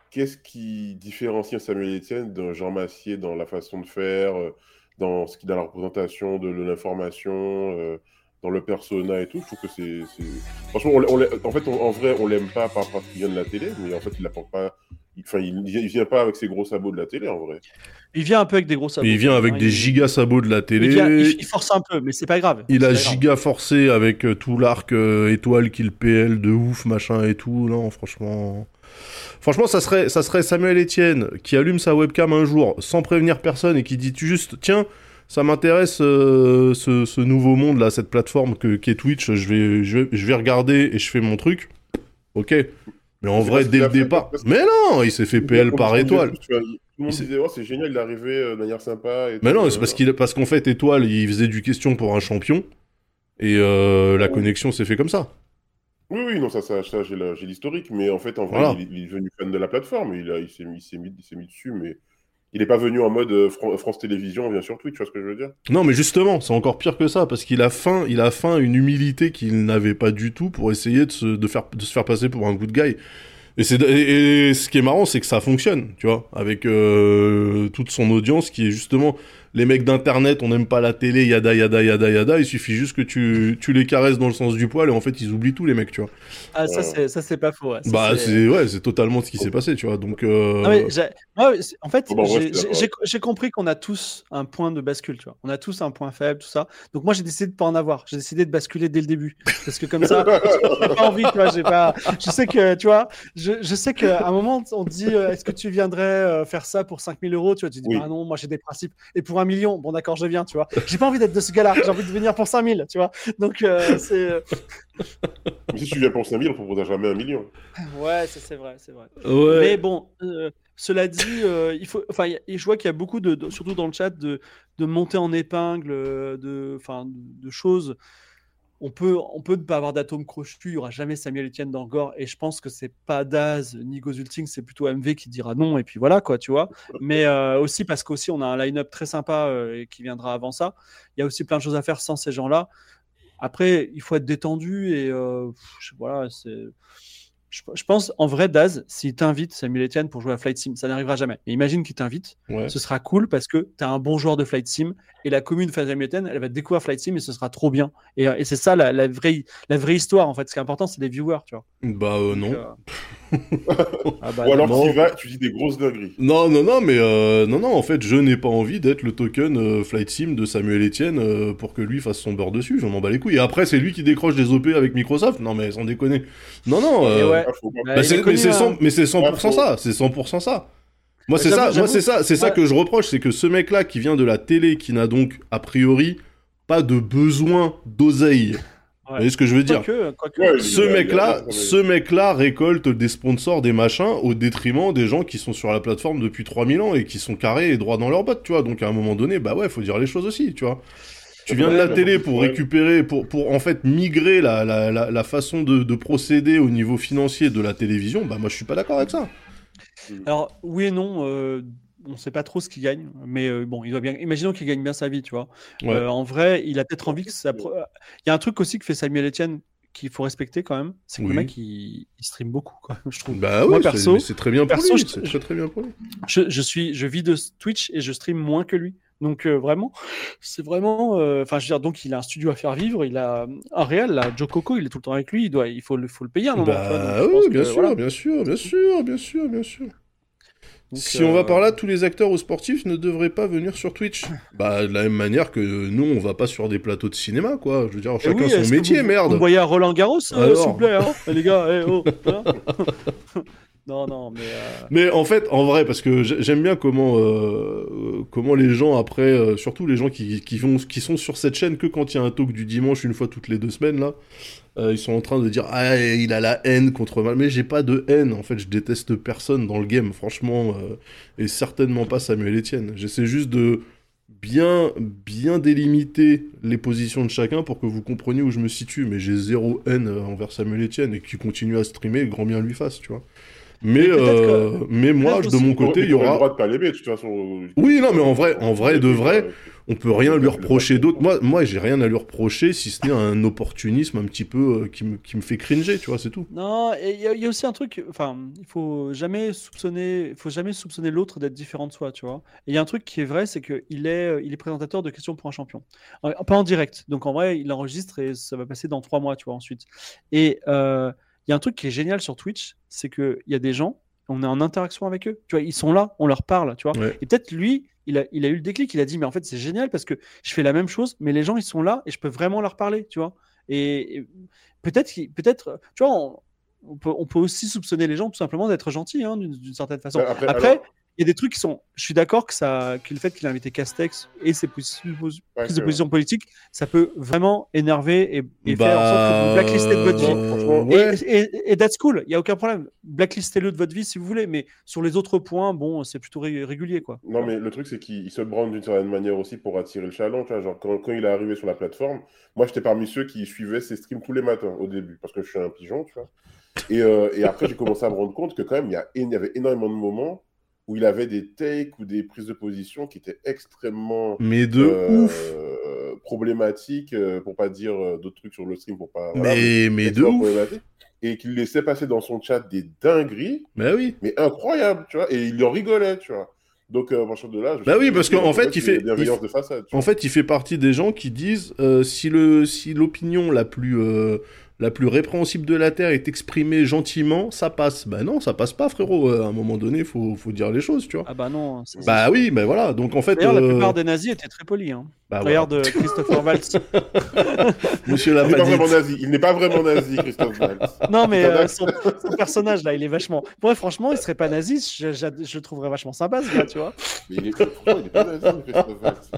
S3: qu'est-ce qui différencie Samuel Etienne d'un Jean Massier dans la façon de faire, euh, dans ce qui dans la représentation de l'information, euh, dans le persona et tout. Je trouve que c'est, c'est... franchement, on, on en fait, on, en vrai, on l'aime pas parce qu'il vient de la télé, mais en fait, il apporte pas. Enfin, il, il vient pas avec ses gros sabots de la télé, en vrai.
S2: Il vient un peu avec des gros sabots.
S1: Mais il vient avec
S2: hein,
S1: des
S2: il...
S1: giga sabots de la télé.
S2: Il, vient, il, il force un peu, mais c'est pas grave.
S1: Il
S2: c'est
S1: a
S2: giga
S1: grave. forcé avec euh, tout l'arc euh, étoile qu'il P L de ouf, machin et tout. Non, franchement... Franchement, ça serait, ça serait Samuel Etienne qui allume sa webcam un jour sans prévenir personne et qui dit juste, tiens, ça m'intéresse euh, ce, ce nouveau monde là, cette plateforme que, qui est Twitch, je vais, je, vais, je vais regarder et je fais mon truc. Ok. Mais en c'est vrai, dès le départ... Fait, mais non, il s'est fait P L par étoile.
S3: Tout le monde disait, oh, c'est génial, il est arrivé euh, de manière sympa. Et
S1: mais
S3: tout,
S1: non,
S3: euh...
S1: c'est parce, qu'il, parce qu'en fait, étoile, il faisait du question pour un champion. Et euh, oh. la connexion s'est fait comme ça.
S3: Oui, oui, non, ça, ça, ça j'ai, la, j'ai l'historique, mais en fait, en vrai, voilà. il, il est devenu fan de la plateforme, il, a, il, s'est, il, s'est mis, il s'est mis dessus, mais il n'est pas venu en mode euh, Fran- France Télévisions, on vient sur Twitch, tu vois ce que je veux dire ?
S1: Non, mais justement, c'est encore pire que ça, parce qu'il a faim, il a faim une humilité qu'il n'avait pas du tout pour essayer de se, de faire, de se faire passer pour un good guy. Et, c'est, et, et ce qui est marrant, c'est que ça fonctionne, tu vois, avec euh, toute son audience qui est justement... Les mecs d'internet, on n'aime pas la télé, yada yada yada yada, il suffit juste que tu, tu les caresses dans le sens du poil et en fait ils oublient tout les mecs, tu vois.
S2: Ah ça c'est, ça, c'est pas faux. Ouais. Ça,
S1: bah
S2: c'est...
S1: C'est, ouais, c'est totalement ce qui s'est passé, tu vois, donc... Euh...
S2: Non, mais j'ai... Ouais, en fait,
S3: oh, bon,
S2: j'ai, j'ai, j'ai, j'ai compris qu'on a tous un point de bascule, tu vois. On a tous un point faible, tout ça. Donc moi j'ai décidé de pas en avoir, j'ai décidé de basculer dès le début. Parce que comme ça, j'ai pas envie, tu vois, j'ai pas... Je sais que, tu vois, je, je sais qu'à un moment on te dit, euh, est-ce que tu viendrais faire ça pour cinq mille euros, tu vois, tu dis, oui. Bah non, moi j'ai des principes. Et pour un million, bon d'accord, je viens, tu vois. J'ai pas envie d'être de ce gars-là, j'ai envie de venir pour cinq mille, tu vois. Donc euh, c'est.
S3: Mais si tu viens pour cinq mille, on ne proposera jamais un million.
S2: Ouais, ça, c'est vrai, c'est vrai.
S1: Ouais.
S2: Mais bon, euh, cela dit, euh, il faut. Enfin, je vois qu'il y a beaucoup de, de, surtout dans le chat, de, de montées en épingle, de, enfin, de, de choses. On peut, on peut ne pas avoir d'atome crochu, il n'y aura jamais Samuel Etienne dans le gore, et je pense que c'est pas Daz ni Gozulting, c'est plutôt M V qui dira non, et puis voilà, quoi, tu vois. Mais euh, aussi parce qu'aussi on a un line-up très sympa euh, qui viendra avant ça. Il y a aussi plein de choses à faire sans ces gens-là. Après, il faut être détendu, et euh, pff, voilà, c'est... Je, je pense, en vrai, Daz, s'il t'invite, Samuel Etienne, pour jouer à Flight Sim, ça n'arrivera jamais. Mais imagine qu'il t'invite, ouais. Ce sera cool parce que tu as un bon joueur de Flight Sim et la commune de Samuel Etienne, elle va découvrir Flight Sim et ce sera trop bien. Et, et c'est ça la, la, vraie, la vraie histoire, en fait. Ce qui est important, c'est les viewers, tu vois.
S1: Bah euh, non. Donc, euh...
S3: ah bah, Ou alors tu vas, tu dis des grosses dingueries.
S1: Non, non, non, mais euh, non, non, en fait, je n'ai pas envie d'être le token euh, Flight Sim de Samuel Etienne euh, pour que lui fasse son beurre dessus. J'en m'en bats les couilles. Et après, c'est lui qui décroche des O P avec Microsoft. Non, mais sans déconner. Non, non. Euh... Ouais. Bah, bah, c'est, mais, c'est cent, mais c'est cent pour cent ça. C'est cent pour cent ça. Moi, c'est ça, moi, c'est ça, c'est ouais. ça que je reproche. C'est que ce mec-là qui vient de la télé, qui n'a donc, a priori, pas de besoin d'oseille. Ouais. Vous voyez ce que je veux dire
S2: que, que...
S1: Ouais, Ce a, mec-là, a... ce mec-là récolte des sponsors, des machins, au détriment des gens qui sont sur la plateforme depuis trois mille ans et qui sont carrés et droits dans leurs bottes, tu vois. Donc à un moment donné, bah ouais, faut dire les choses aussi, tu vois. Tu viens ouais, de la télé pour récupérer, pour, pour en fait migrer la, la, la, la façon de, de procéder au niveau financier de la télévision, bah moi je suis pas d'accord avec ça.
S2: Alors oui et non, euh... on ne sait pas trop ce qu'il gagne, mais euh, bon, il doit bien. Imaginons qu'il gagne bien sa vie, tu vois. Ouais. Euh, en vrai, il a peut-être envie que ça. Il y a un truc aussi que fait Samuel Etienne qu'il faut respecter quand même, c'est que oui. le mec il... il stream beaucoup, quoi. Je trouve.
S1: Bah
S2: Moi
S1: oui,
S2: perso,
S1: c'est, c'est très bien pour
S2: perso,
S1: lui.
S2: Je...
S1: C'est très très bien pour lui.
S2: Je, je suis, je vis de Twitch et je stream moins que lui. Donc euh, vraiment, c'est vraiment. Enfin, euh, je veux dire, donc il a un studio à faire vivre, il a un réel, là, Joe Coco, il est tout le temps avec lui, il doit, il faut le, faut le payer un moment.
S1: Bah tu vois, oui, bien, que, sûr, voilà. bien sûr, bien sûr, bien sûr, bien sûr. Donc, si euh... on va par là, tous les acteurs ou sportifs ne devraient pas venir sur Twitch. Bah, de la même manière que nous, on va pas sur des plateaux de cinéma, quoi. Je veux dire, chacun oui, son métier,
S2: vous,
S1: merde.
S2: Vous voyez à Roland Garros, euh, s'il vous plaît, hein, les gars, hey, oh, hein Non, non, mais... Euh...
S1: Mais en fait, en vrai, parce que j'aime bien comment, euh, comment les gens, après, euh, surtout les gens qui, qui, vont, qui sont sur cette chaîne que quand il y a un talk du dimanche, une fois toutes les deux semaines, là, euh, ils sont en train de dire « Ah, il a la haine contre moi ». Mais j'ai pas de haine, en fait, je déteste personne dans le game, franchement, euh, et certainement pas Samuel Etienne. J'essaie juste de bien, bien délimiter les positions de chacun pour que vous compreniez où je me situe, mais j'ai zéro haine envers Samuel Etienne, et qui continue à streamer, grand bien lui fasse, tu vois. Mais, mais, euh, mais moi, de mon côté, il y aura...
S3: le droit de pas l'aimer, de toute façon.
S1: Oui, non, mais en vrai, en vrai de vrai, on peut rien lui reprocher d'autre. Moi, moi, j'ai rien à lui reprocher si ce n'est un opportunisme un petit peu euh, qui, me, qui me fait cringer, tu vois, c'est tout.
S2: Non, et il y, a- il y a aussi un truc, enfin, il faut jamais soupçonner, il faut jamais soupçonner l'autre d'être différent de soi, tu vois. Et il y a un truc qui est vrai, c'est qu'il est, euh, il est présentateur de questions pour un champion. Euh, pas en direct, donc en vrai, il enregistre et ça va passer dans trois mois, tu vois, ensuite. Et euh, il y a un truc qui est génial sur Twitch, c'est qu'il y a des gens, on est en interaction avec eux, tu vois, ils sont là, on leur parle, tu vois.
S1: Ouais.
S2: Et peut-être lui, il a, il a eu le déclic, il a dit, mais en fait, c'est génial parce que je fais la même chose, mais les gens, ils sont là et je peux vraiment leur parler, tu vois. Et, et peut-être, qu'il- peut-être, tu vois, on, on peut, on peut aussi soupçonner les gens tout simplement d'être gentils, hein, d'une, d'une certaine façon.
S3: Après,
S2: Après,
S3: alors,
S2: il y a des trucs qui sont. Je suis d'accord que, ça, que le fait qu'il a invité Castex et ses posi- pos-
S3: Ouais,
S2: prises
S3: c'est
S2: de position politiques, ça peut vraiment énerver et, et
S1: Bah,
S2: faire en sorte que vous blacklistez de votre vie.
S1: euh,
S2: Et,
S1: ouais.
S2: et, et that's cool, il n'y a aucun problème. Blacklistez-le de votre vie si vous voulez, mais sur les autres points, bon, c'est plutôt ré- régulier, quoi.
S3: non, mais le truc, c'est qu'il il se branle d'une certaine manière aussi pour attirer le chaland. Tu vois, genre, quand, quand il est arrivé sur la plateforme, moi, j'étais parmi ceux qui suivaient ses streams tous les matins au début, parce que je suis un pigeon, tu vois. Et, euh, et après, j'ai commencé à me rendre compte que quand même, il y, a, il y avait énormément de moments où il avait des takes ou des prises de position qui étaient extrêmement
S1: Mais de
S3: euh,
S1: ouf.
S3: euh, problématiques, euh, pour pas dire euh, d'autres trucs sur le stream, pour pas.
S1: Mais,
S3: Voilà, mais
S1: mais de
S3: extrêmement
S1: ouf.
S3: problématiques. Et qu'il laissait passer dans son chat des dingueries,
S1: Bah oui.
S3: mais incroyables, tu vois. Et il en rigolait, tu vois. Donc, euh, à partir de là, je me
S1: Bah
S3: suis
S1: oui,
S3: dit,
S1: parce
S3: ok,
S1: qu'en
S3: donc,
S1: fait, il
S3: c'est
S1: fait-
S3: une bienveillance
S1: il f-
S3: de façade. tu
S1: En
S3: vois.
S1: fait, il fait partie des gens qui disent euh, si le si l'opinion la plus euh, la plus répréhensible de la terre est exprimée gentiment, ça passe. Bah non, ça passe pas, frérot. Euh, À un moment donné, faut faut dire les choses, tu vois.
S2: Ah bah non, ça, c'est
S1: Bah
S2: sûr.
S1: oui, bah voilà. Donc en fait,
S2: D'ailleurs, la
S1: euh,
S2: plupart des nazis étaient très polis. Hein.
S1: bah
S2: Regarde euh, Christopher Waltz.
S1: Monsieur
S3: Il
S1: l'a
S3: n'est
S1: pas
S3: pas
S1: dit.
S3: vraiment nazi. Il n'est pas vraiment nazi, Christophe Waltz.
S2: Non, mais
S3: T'en
S2: euh,
S3: as-
S2: son, son personnage, là, il est vachement. Ouais, franchement, il serait pas nazi, je, je, je le trouverais vachement sympa, ce gars, tu vois.
S3: Mais il est, franchement, il n'est pas nazi, Christophe Waltz.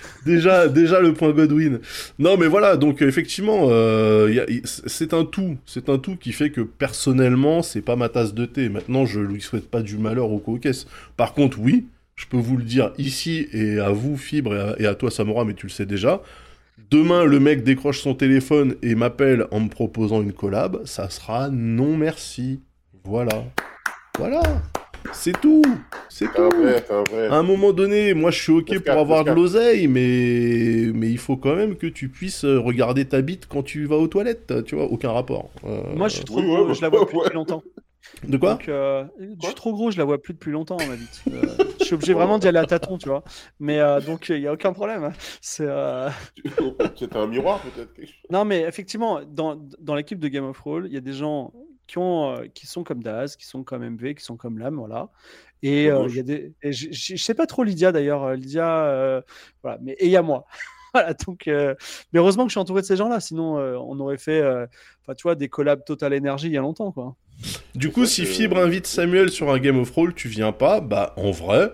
S1: Déjà, déjà le point Godwin. Non, mais voilà, donc euh, effectivement, euh, y a- y- c'est un tout, c'est un tout qui fait que personnellement, c'est pas ma tasse de thé. Maintenant, je lui souhaite pas du malheur au Caucase. Par contre, oui, je peux vous le dire ici et à vous, Fibre, et à, et à toi, Samora, mais tu le sais déjà. Demain, le mec décroche son téléphone et m'appelle en me proposant une collab, ça sera non merci. Voilà, voilà, c'est tout, c'est
S3: C'est un
S1: tout.
S3: vrai, c'est un vrai.
S1: À un moment donné, moi je suis ok
S3: Le
S1: pour
S3: scat,
S1: avoir
S3: le
S1: de
S3: scat.
S1: l'oseille, mais... mais il faut quand même que tu puisses euh, regarder ta bite quand tu vas aux toilettes, tu vois, aucun rapport. Euh,
S2: Moi, je suis trop
S3: oui,
S2: gros,
S3: ouais,
S2: je la vois plus
S3: ouais.
S2: depuis longtemps.
S1: De quoi?
S2: Donc, euh, je
S3: Quoi
S2: suis trop gros, je la vois plus depuis longtemps, ma bite. Euh, je suis obligé vraiment d'y aller à tâtons, tu vois. Mais euh, donc, il n'y a aucun problème. C'est. euh,
S3: C'est un miroir, peut-être. quelque chose.
S2: Non, mais effectivement, dans, dans l'équipe de Game of Thrones, il y a des gens qui, ont, euh, qui sont comme Daz, qui sont comme M V, qui sont comme Lam, voilà. Et
S3: À
S2: euh,
S3: gauche.
S2: il y a des. et je je- je sais pas trop Lydia d'ailleurs. euh, Lydia, euh, voilà. Mais et il y a moi. Voilà, donc, euh, mais heureusement que je suis entouré de ces gens-là, sinon euh, on aurait fait, euh, enfin, tu vois, des collabs Total Energy il y a longtemps, quoi.
S1: Du
S3: C'est
S1: coup,
S3: ça
S1: si
S3: que-
S1: Fibre invite Samuel sur un Game of Thrones, tu viens pas, bah en vrai,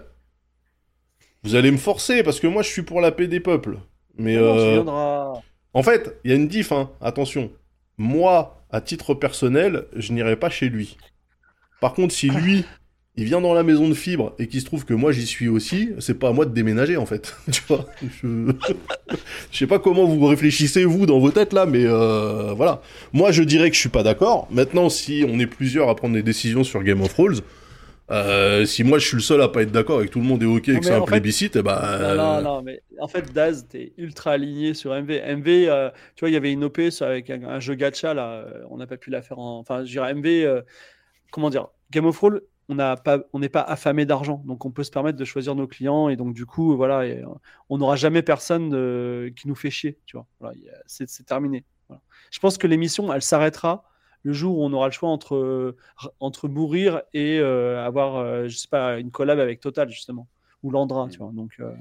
S1: vous allez me forcer, parce que moi je suis pour la paix des peuples. Mais
S2: Non, non, tu
S1: euh,
S2: viendras.
S1: en fait, il y a une diff, hein, attention. Moi, à titre personnel, je n'irai pas chez lui. Par contre, si lui, il vient dans la maison de Fibre et qu'il se trouve que moi j'y suis aussi, c'est pas à moi de déménager en fait. Tu vois, je... je sais pas comment vous réfléchissez vous dans vos têtes là, mais euh, voilà. Moi je dirais que je suis pas d'accord. Maintenant, si on est plusieurs à prendre des décisions sur Game of Thrones, euh, si moi je suis le seul à pas être d'accord et que tout le monde est ok et
S2: Non,
S1: que
S2: mais
S1: c'est un
S2: en fait-
S1: plébiscite, eh ben.
S2: Non,
S1: euh,
S2: non, non, mais en fait, Daz, t'es ultra aligné sur M V. M V, euh, tu vois, il y avait une O P sur- avec un, un jeu gacha, là, euh, on n'a pas pu la faire en. Enfin, je dirais M V, euh, comment dire, Game of Thrones, on n'a pas, on n'est pas affamé d'argent, donc on peut se permettre de choisir nos clients, et donc du coup, voilà, et, euh, on n'aura jamais personne euh, qui nous fait chier, tu vois. Voilà, il y a- c'est c'est terminé. Voilà. Je pense que l'émission, elle s'arrêtera le jour où on aura le choix entre, euh, entre mourir et euh, avoir, euh, je sais pas, une collab avec Total, justement, ou Landra, tu vois. Donc. euh,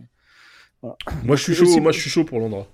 S1: Moi je suis
S2: c'est
S1: chaud,
S2: aussi-
S1: moi je suis chaud pour Landra.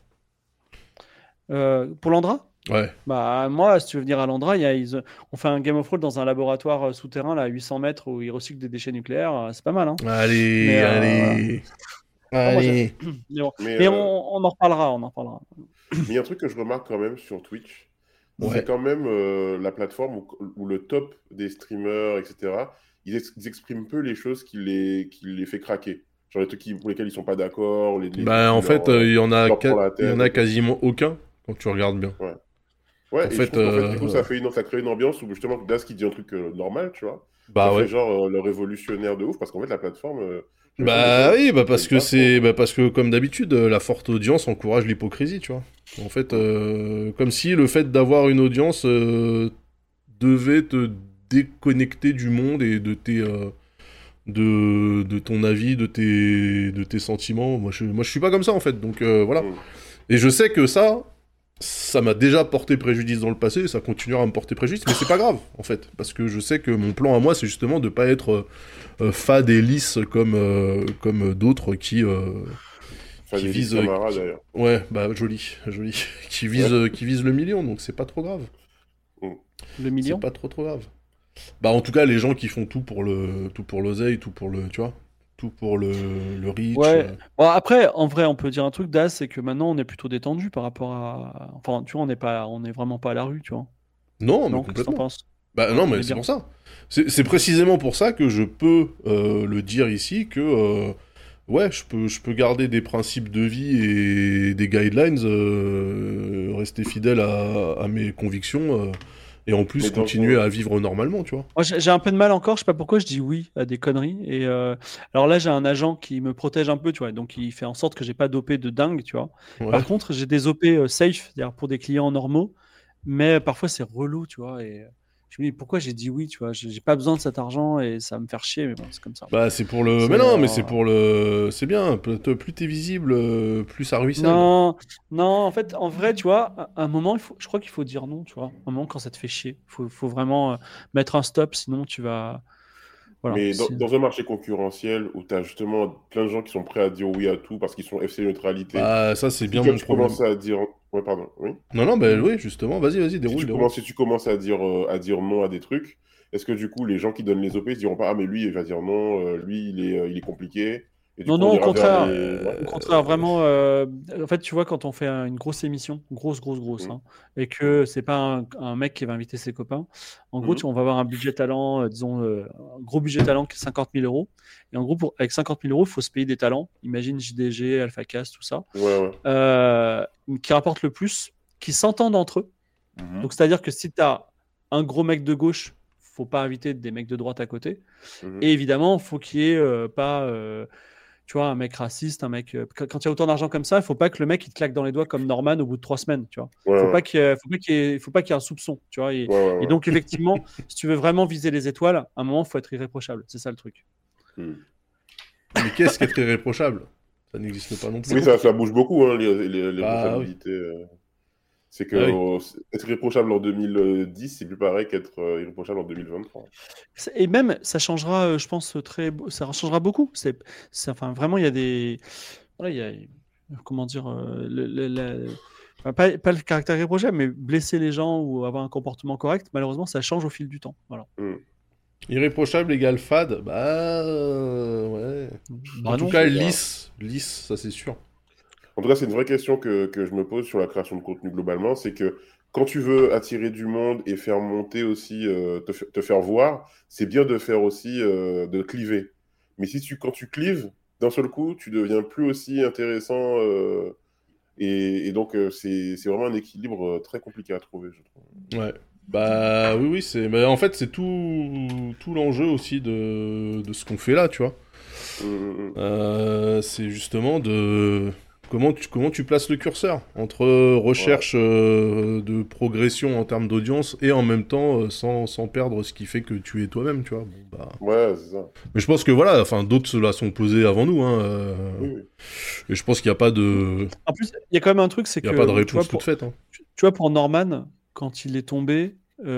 S2: Euh, pour Landra,
S1: Ouais.
S2: bah moi, si tu veux venir à Landra, il y a, ils- on fait un Game of Thrones dans un laboratoire euh, souterrain là, à huit cents mètres où ils recyclent des déchets nucléaires. euh, C'est pas mal, hein.
S1: Allez,
S2: Mais, euh,
S1: allez.
S2: moi,
S1: Allez.
S2: Mais, bon.
S3: Mais,
S2: Mais
S3: euh,
S2: on, on en reparlera, on en reparlera.
S3: Mais il y a un truc que je remarque quand même sur Twitch,
S1: Ouais.
S3: c'est quand même euh, la plateforme où, où le top des streamers, et cetera, ils, ex- ils expriment peu les choses qui les, qui les fait craquer. Genre les trucs qui- pour lesquels ils sont pas d'accord. Les, les
S1: Bah en
S3: trucs qui
S1: fait,
S3: leur,
S1: euh, il y en a,
S3: leur
S1: ca-
S3: prend la
S1: il y en
S3: tête
S1: a
S3: et tout.
S1: quasiment aucun quand tu regardes bien.
S3: Ouais,
S1: en
S3: et
S1: fait,
S3: je trouve qu'en fait, du coup,
S1: euh,
S3: ça, fait une, ça crée une ambiance où justement, Das qui dit un truc euh, normal, tu vois,
S1: Bah
S3: ça
S1: ouais.
S3: fait genre euh, le révolutionnaire de ouf, parce qu'en fait, la plateforme, euh,
S1: Bah oui, bah parce que c'est, bah parce que comme d'habitude, la forte audience encourage l'hypocrisie, tu vois. En fait, euh, comme si le fait d'avoir une audience euh, devait te déconnecter du monde et de tes, euh, de, de ton avis, de tes, de tes sentiments. Moi, je, moi, je suis pas comme ça en fait. Donc euh, voilà.
S3: Mm.
S1: Et je sais que ça, ça m'a déjà porté préjudice dans le passé, et ça continuera à me porter préjudice, mais c'est pas grave en fait, parce que je sais que mon plan à moi, c'est justement de pas être euh, euh, fade et lisse comme euh, comme d'autres qui euh,
S3: Enfin,
S1: qui
S3: des
S1: visent.
S3: Camara,
S1: qui-
S3: d'ailleurs.
S1: Ouais, bah joli, joli, qui visent
S3: Ouais.
S1: euh, qui visent le million, donc c'est pas trop grave.
S2: Le
S1: C'est
S2: million.
S1: pas trop trop grave. Bah en tout cas, les gens qui font tout pour le tout pour l'oseille, tout pour le, tu vois, tout pour le le reach.
S2: Ouais.
S1: euh.
S2: Bon, après, en vrai, on peut dire un truc, Daz, c'est que maintenant, on est plutôt détendu par rapport à. Enfin, tu vois, on n'est pas, on est vraiment pas à la rue, tu vois.
S1: Non, mais
S2: Non, qu'est-ce que t'en
S1: complètement.
S2: penses?
S1: Bah
S2: Ouais,
S1: non,
S2: on
S1: mais
S2: est
S1: c'est
S2: bien.
S1: pour ça. C'est c'est précisément pour ça que je peux euh, le dire ici que euh, ouais, je peux je peux garder des principes de vie et des guidelines, euh, rester fidèle à, à mes convictions euh, et en plus
S3: Mais dans
S1: continuer
S3: un...
S1: à vivre normalement, tu vois.
S2: Moi, j'ai j'ai un peu de mal encore, je sais pas pourquoi je dis oui à des conneries. Et euh, alors là, j'ai un agent qui me protège un peu, tu vois, donc il fait en sorte que j'ai pas d'O P de dingue, tu vois.
S1: Ouais.
S2: Par contre, j'ai des O P euh, safe, c'est-à-dire pour des clients normaux, mais parfois c'est relou, tu vois. Et euh, je me dis pourquoi j'ai dit oui, tu vois. J'ai j'ai pas besoin de cet argent et ça va me faire chier, mais bon, c'est comme ça.
S1: Bah c'est pour le.
S2: C'est
S1: Mais non, mais
S2: euh,
S1: c'est pour le. C'est bien. Plus plus t'es visible, euh, plus ça ruisselle.
S2: non, non, en fait, en vrai, tu vois, à à un moment, il faut, je crois qu'il faut dire non, tu vois. À un moment, quand ça te fait chier, il faut, faut vraiment euh, mettre un stop, sinon tu vas. Voilà.
S3: Mais dans,
S2: c'est-
S3: dans un marché concurrentiel où tu as justement plein de gens qui sont prêts à dire oui à tout parce qu'ils sont F C neutralité,
S1: Bah ça c'est
S3: si
S1: bien
S3: toi
S1: mon
S3: tu
S1: problème.
S3: commences à dire... Ouais, pardon, oui.
S1: Non non, bah
S2: Mm.
S1: oui justement. Vas-y vas-y
S3: Si
S1: déroule
S3: tu
S1: déroule.
S3: commences, si tu commences à dire, euh, à dire non à des trucs, est-ce que du coup les gens qui donnent les O P se diront pas ah mais lui il va dire non, euh, lui il est, euh, il est compliqué et du
S2: Non,
S3: coup on
S2: non, au
S3: ira vers
S2: contraire.
S3: les... Ouais.
S2: Au contraire, vraiment. euh, en fait, tu vois, quand on fait un- une grosse émission, grosse, grosse, grosse,
S3: Mhm.
S2: hein, et que c'est pas un, un mec qui va inviter ses copains, en gros,
S3: Mhm.
S2: tu, on va avoir un budget talent, euh, disons, euh, un gros budget talent qui est cinquante mille euros. Et en gros, pour, avec cinquante mille euros, il faut se payer des talents. Imagine J D G, AlphaCast, tout ça,
S3: Ouais, ouais.
S2: euh, qui rapportent le plus, qui s'entendent entre eux.
S4: Mhm.
S2: Donc, c'est-à-dire que si tu as un gros mec de gauche, faut pas inviter des mecs de droite à côté.
S3: Mhm.
S2: Et évidemment, faut qu'il y ait euh, pas. euh, tu vois, un mec raciste, un mec. euh, Quand quand il y a autant d'argent comme ça, il faut pas que le mec il te claque dans les doigts comme Norman au bout de trois semaines, tu vois.
S3: Ouais,
S2: Faut
S3: ouais.
S2: pas qu'il y ait, faut pas qu'il y ait, faut pas qu'il y ait un soupçon, tu vois. Et,
S3: Ouais, ouais,
S2: et
S3: ouais.
S2: donc effectivement, si tu veux vraiment viser les étoiles, à un moment, il faut être irréprochable. C'est ça le truc.
S3: Mhm.
S1: Mais qu'est-ce qui est irréprochable? Ça n'existe pas non plus.
S3: Oui, ça, ça bouge beaucoup, hein, les, les, les
S1: Bah,
S3: responsabilités. euh. C'est que
S1: Ah oui.
S3: euh, être irréprochable en deux mille dix, c'est plus pareil qu'être euh, irréprochable en deux mille vingt-trois.
S2: C'est- Et même, ça changera, euh, je pense, très, ça changera beaucoup. C'est, c'est- enfin, vraiment, il y a des, voilà, il y a, comment dire, euh, le, le- la- enfin, pas, pas le caractère irréprochable, mais blesser les gens ou avoir un comportement correct, malheureusement, ça change au fil du temps. Voilà.
S3: Mhm.
S1: Irréprochable égale fade, bah euh, ouais.
S2: Bah
S1: En tout
S2: non.
S1: cas,
S3: c'est ça.
S1: lisse, lisse, ça c'est sûr.
S3: En tout cas, c'est une vraie question que, que je me pose sur la création de contenu globalement. C'est que quand tu veux attirer du monde et faire monter aussi, euh, te, f- te faire voir, c'est bien de faire aussi, euh, de cliver. Mais si tu, quand tu clives, d'un seul coup, tu deviens plus aussi intéressant. euh, et, et donc, euh, c'est c'est vraiment un équilibre euh, très compliqué à trouver, je trouve.
S1: Ouais. Bah oui, oui, c'est. Mais en fait, c'est tout, tout l'enjeu aussi de, de ce qu'on fait là, tu vois.
S3: Hum, hum, hum.
S1: Euh, c'est justement de comment tu, comment tu places le curseur entre recherche euh, de progression en termes d'audience et en même temps euh, sans, sans perdre ce qui fait que tu es toi-même, tu vois. Bon, bah...
S3: Ouais, c'est ça.
S1: Mais je pense que voilà, enfin d'autres se la sont posés avant nous, hein, euh,
S3: Oui, oui.
S1: et je pense qu'il n'y a pas de,
S2: En plus, il y a quand même un truc, c'est
S1: il y
S2: que
S1: a pas de
S2: tu vois,
S1: réponse
S2: pour,
S1: toute faite. Hein.
S2: tu vois, pour Norman, quand il est tombé,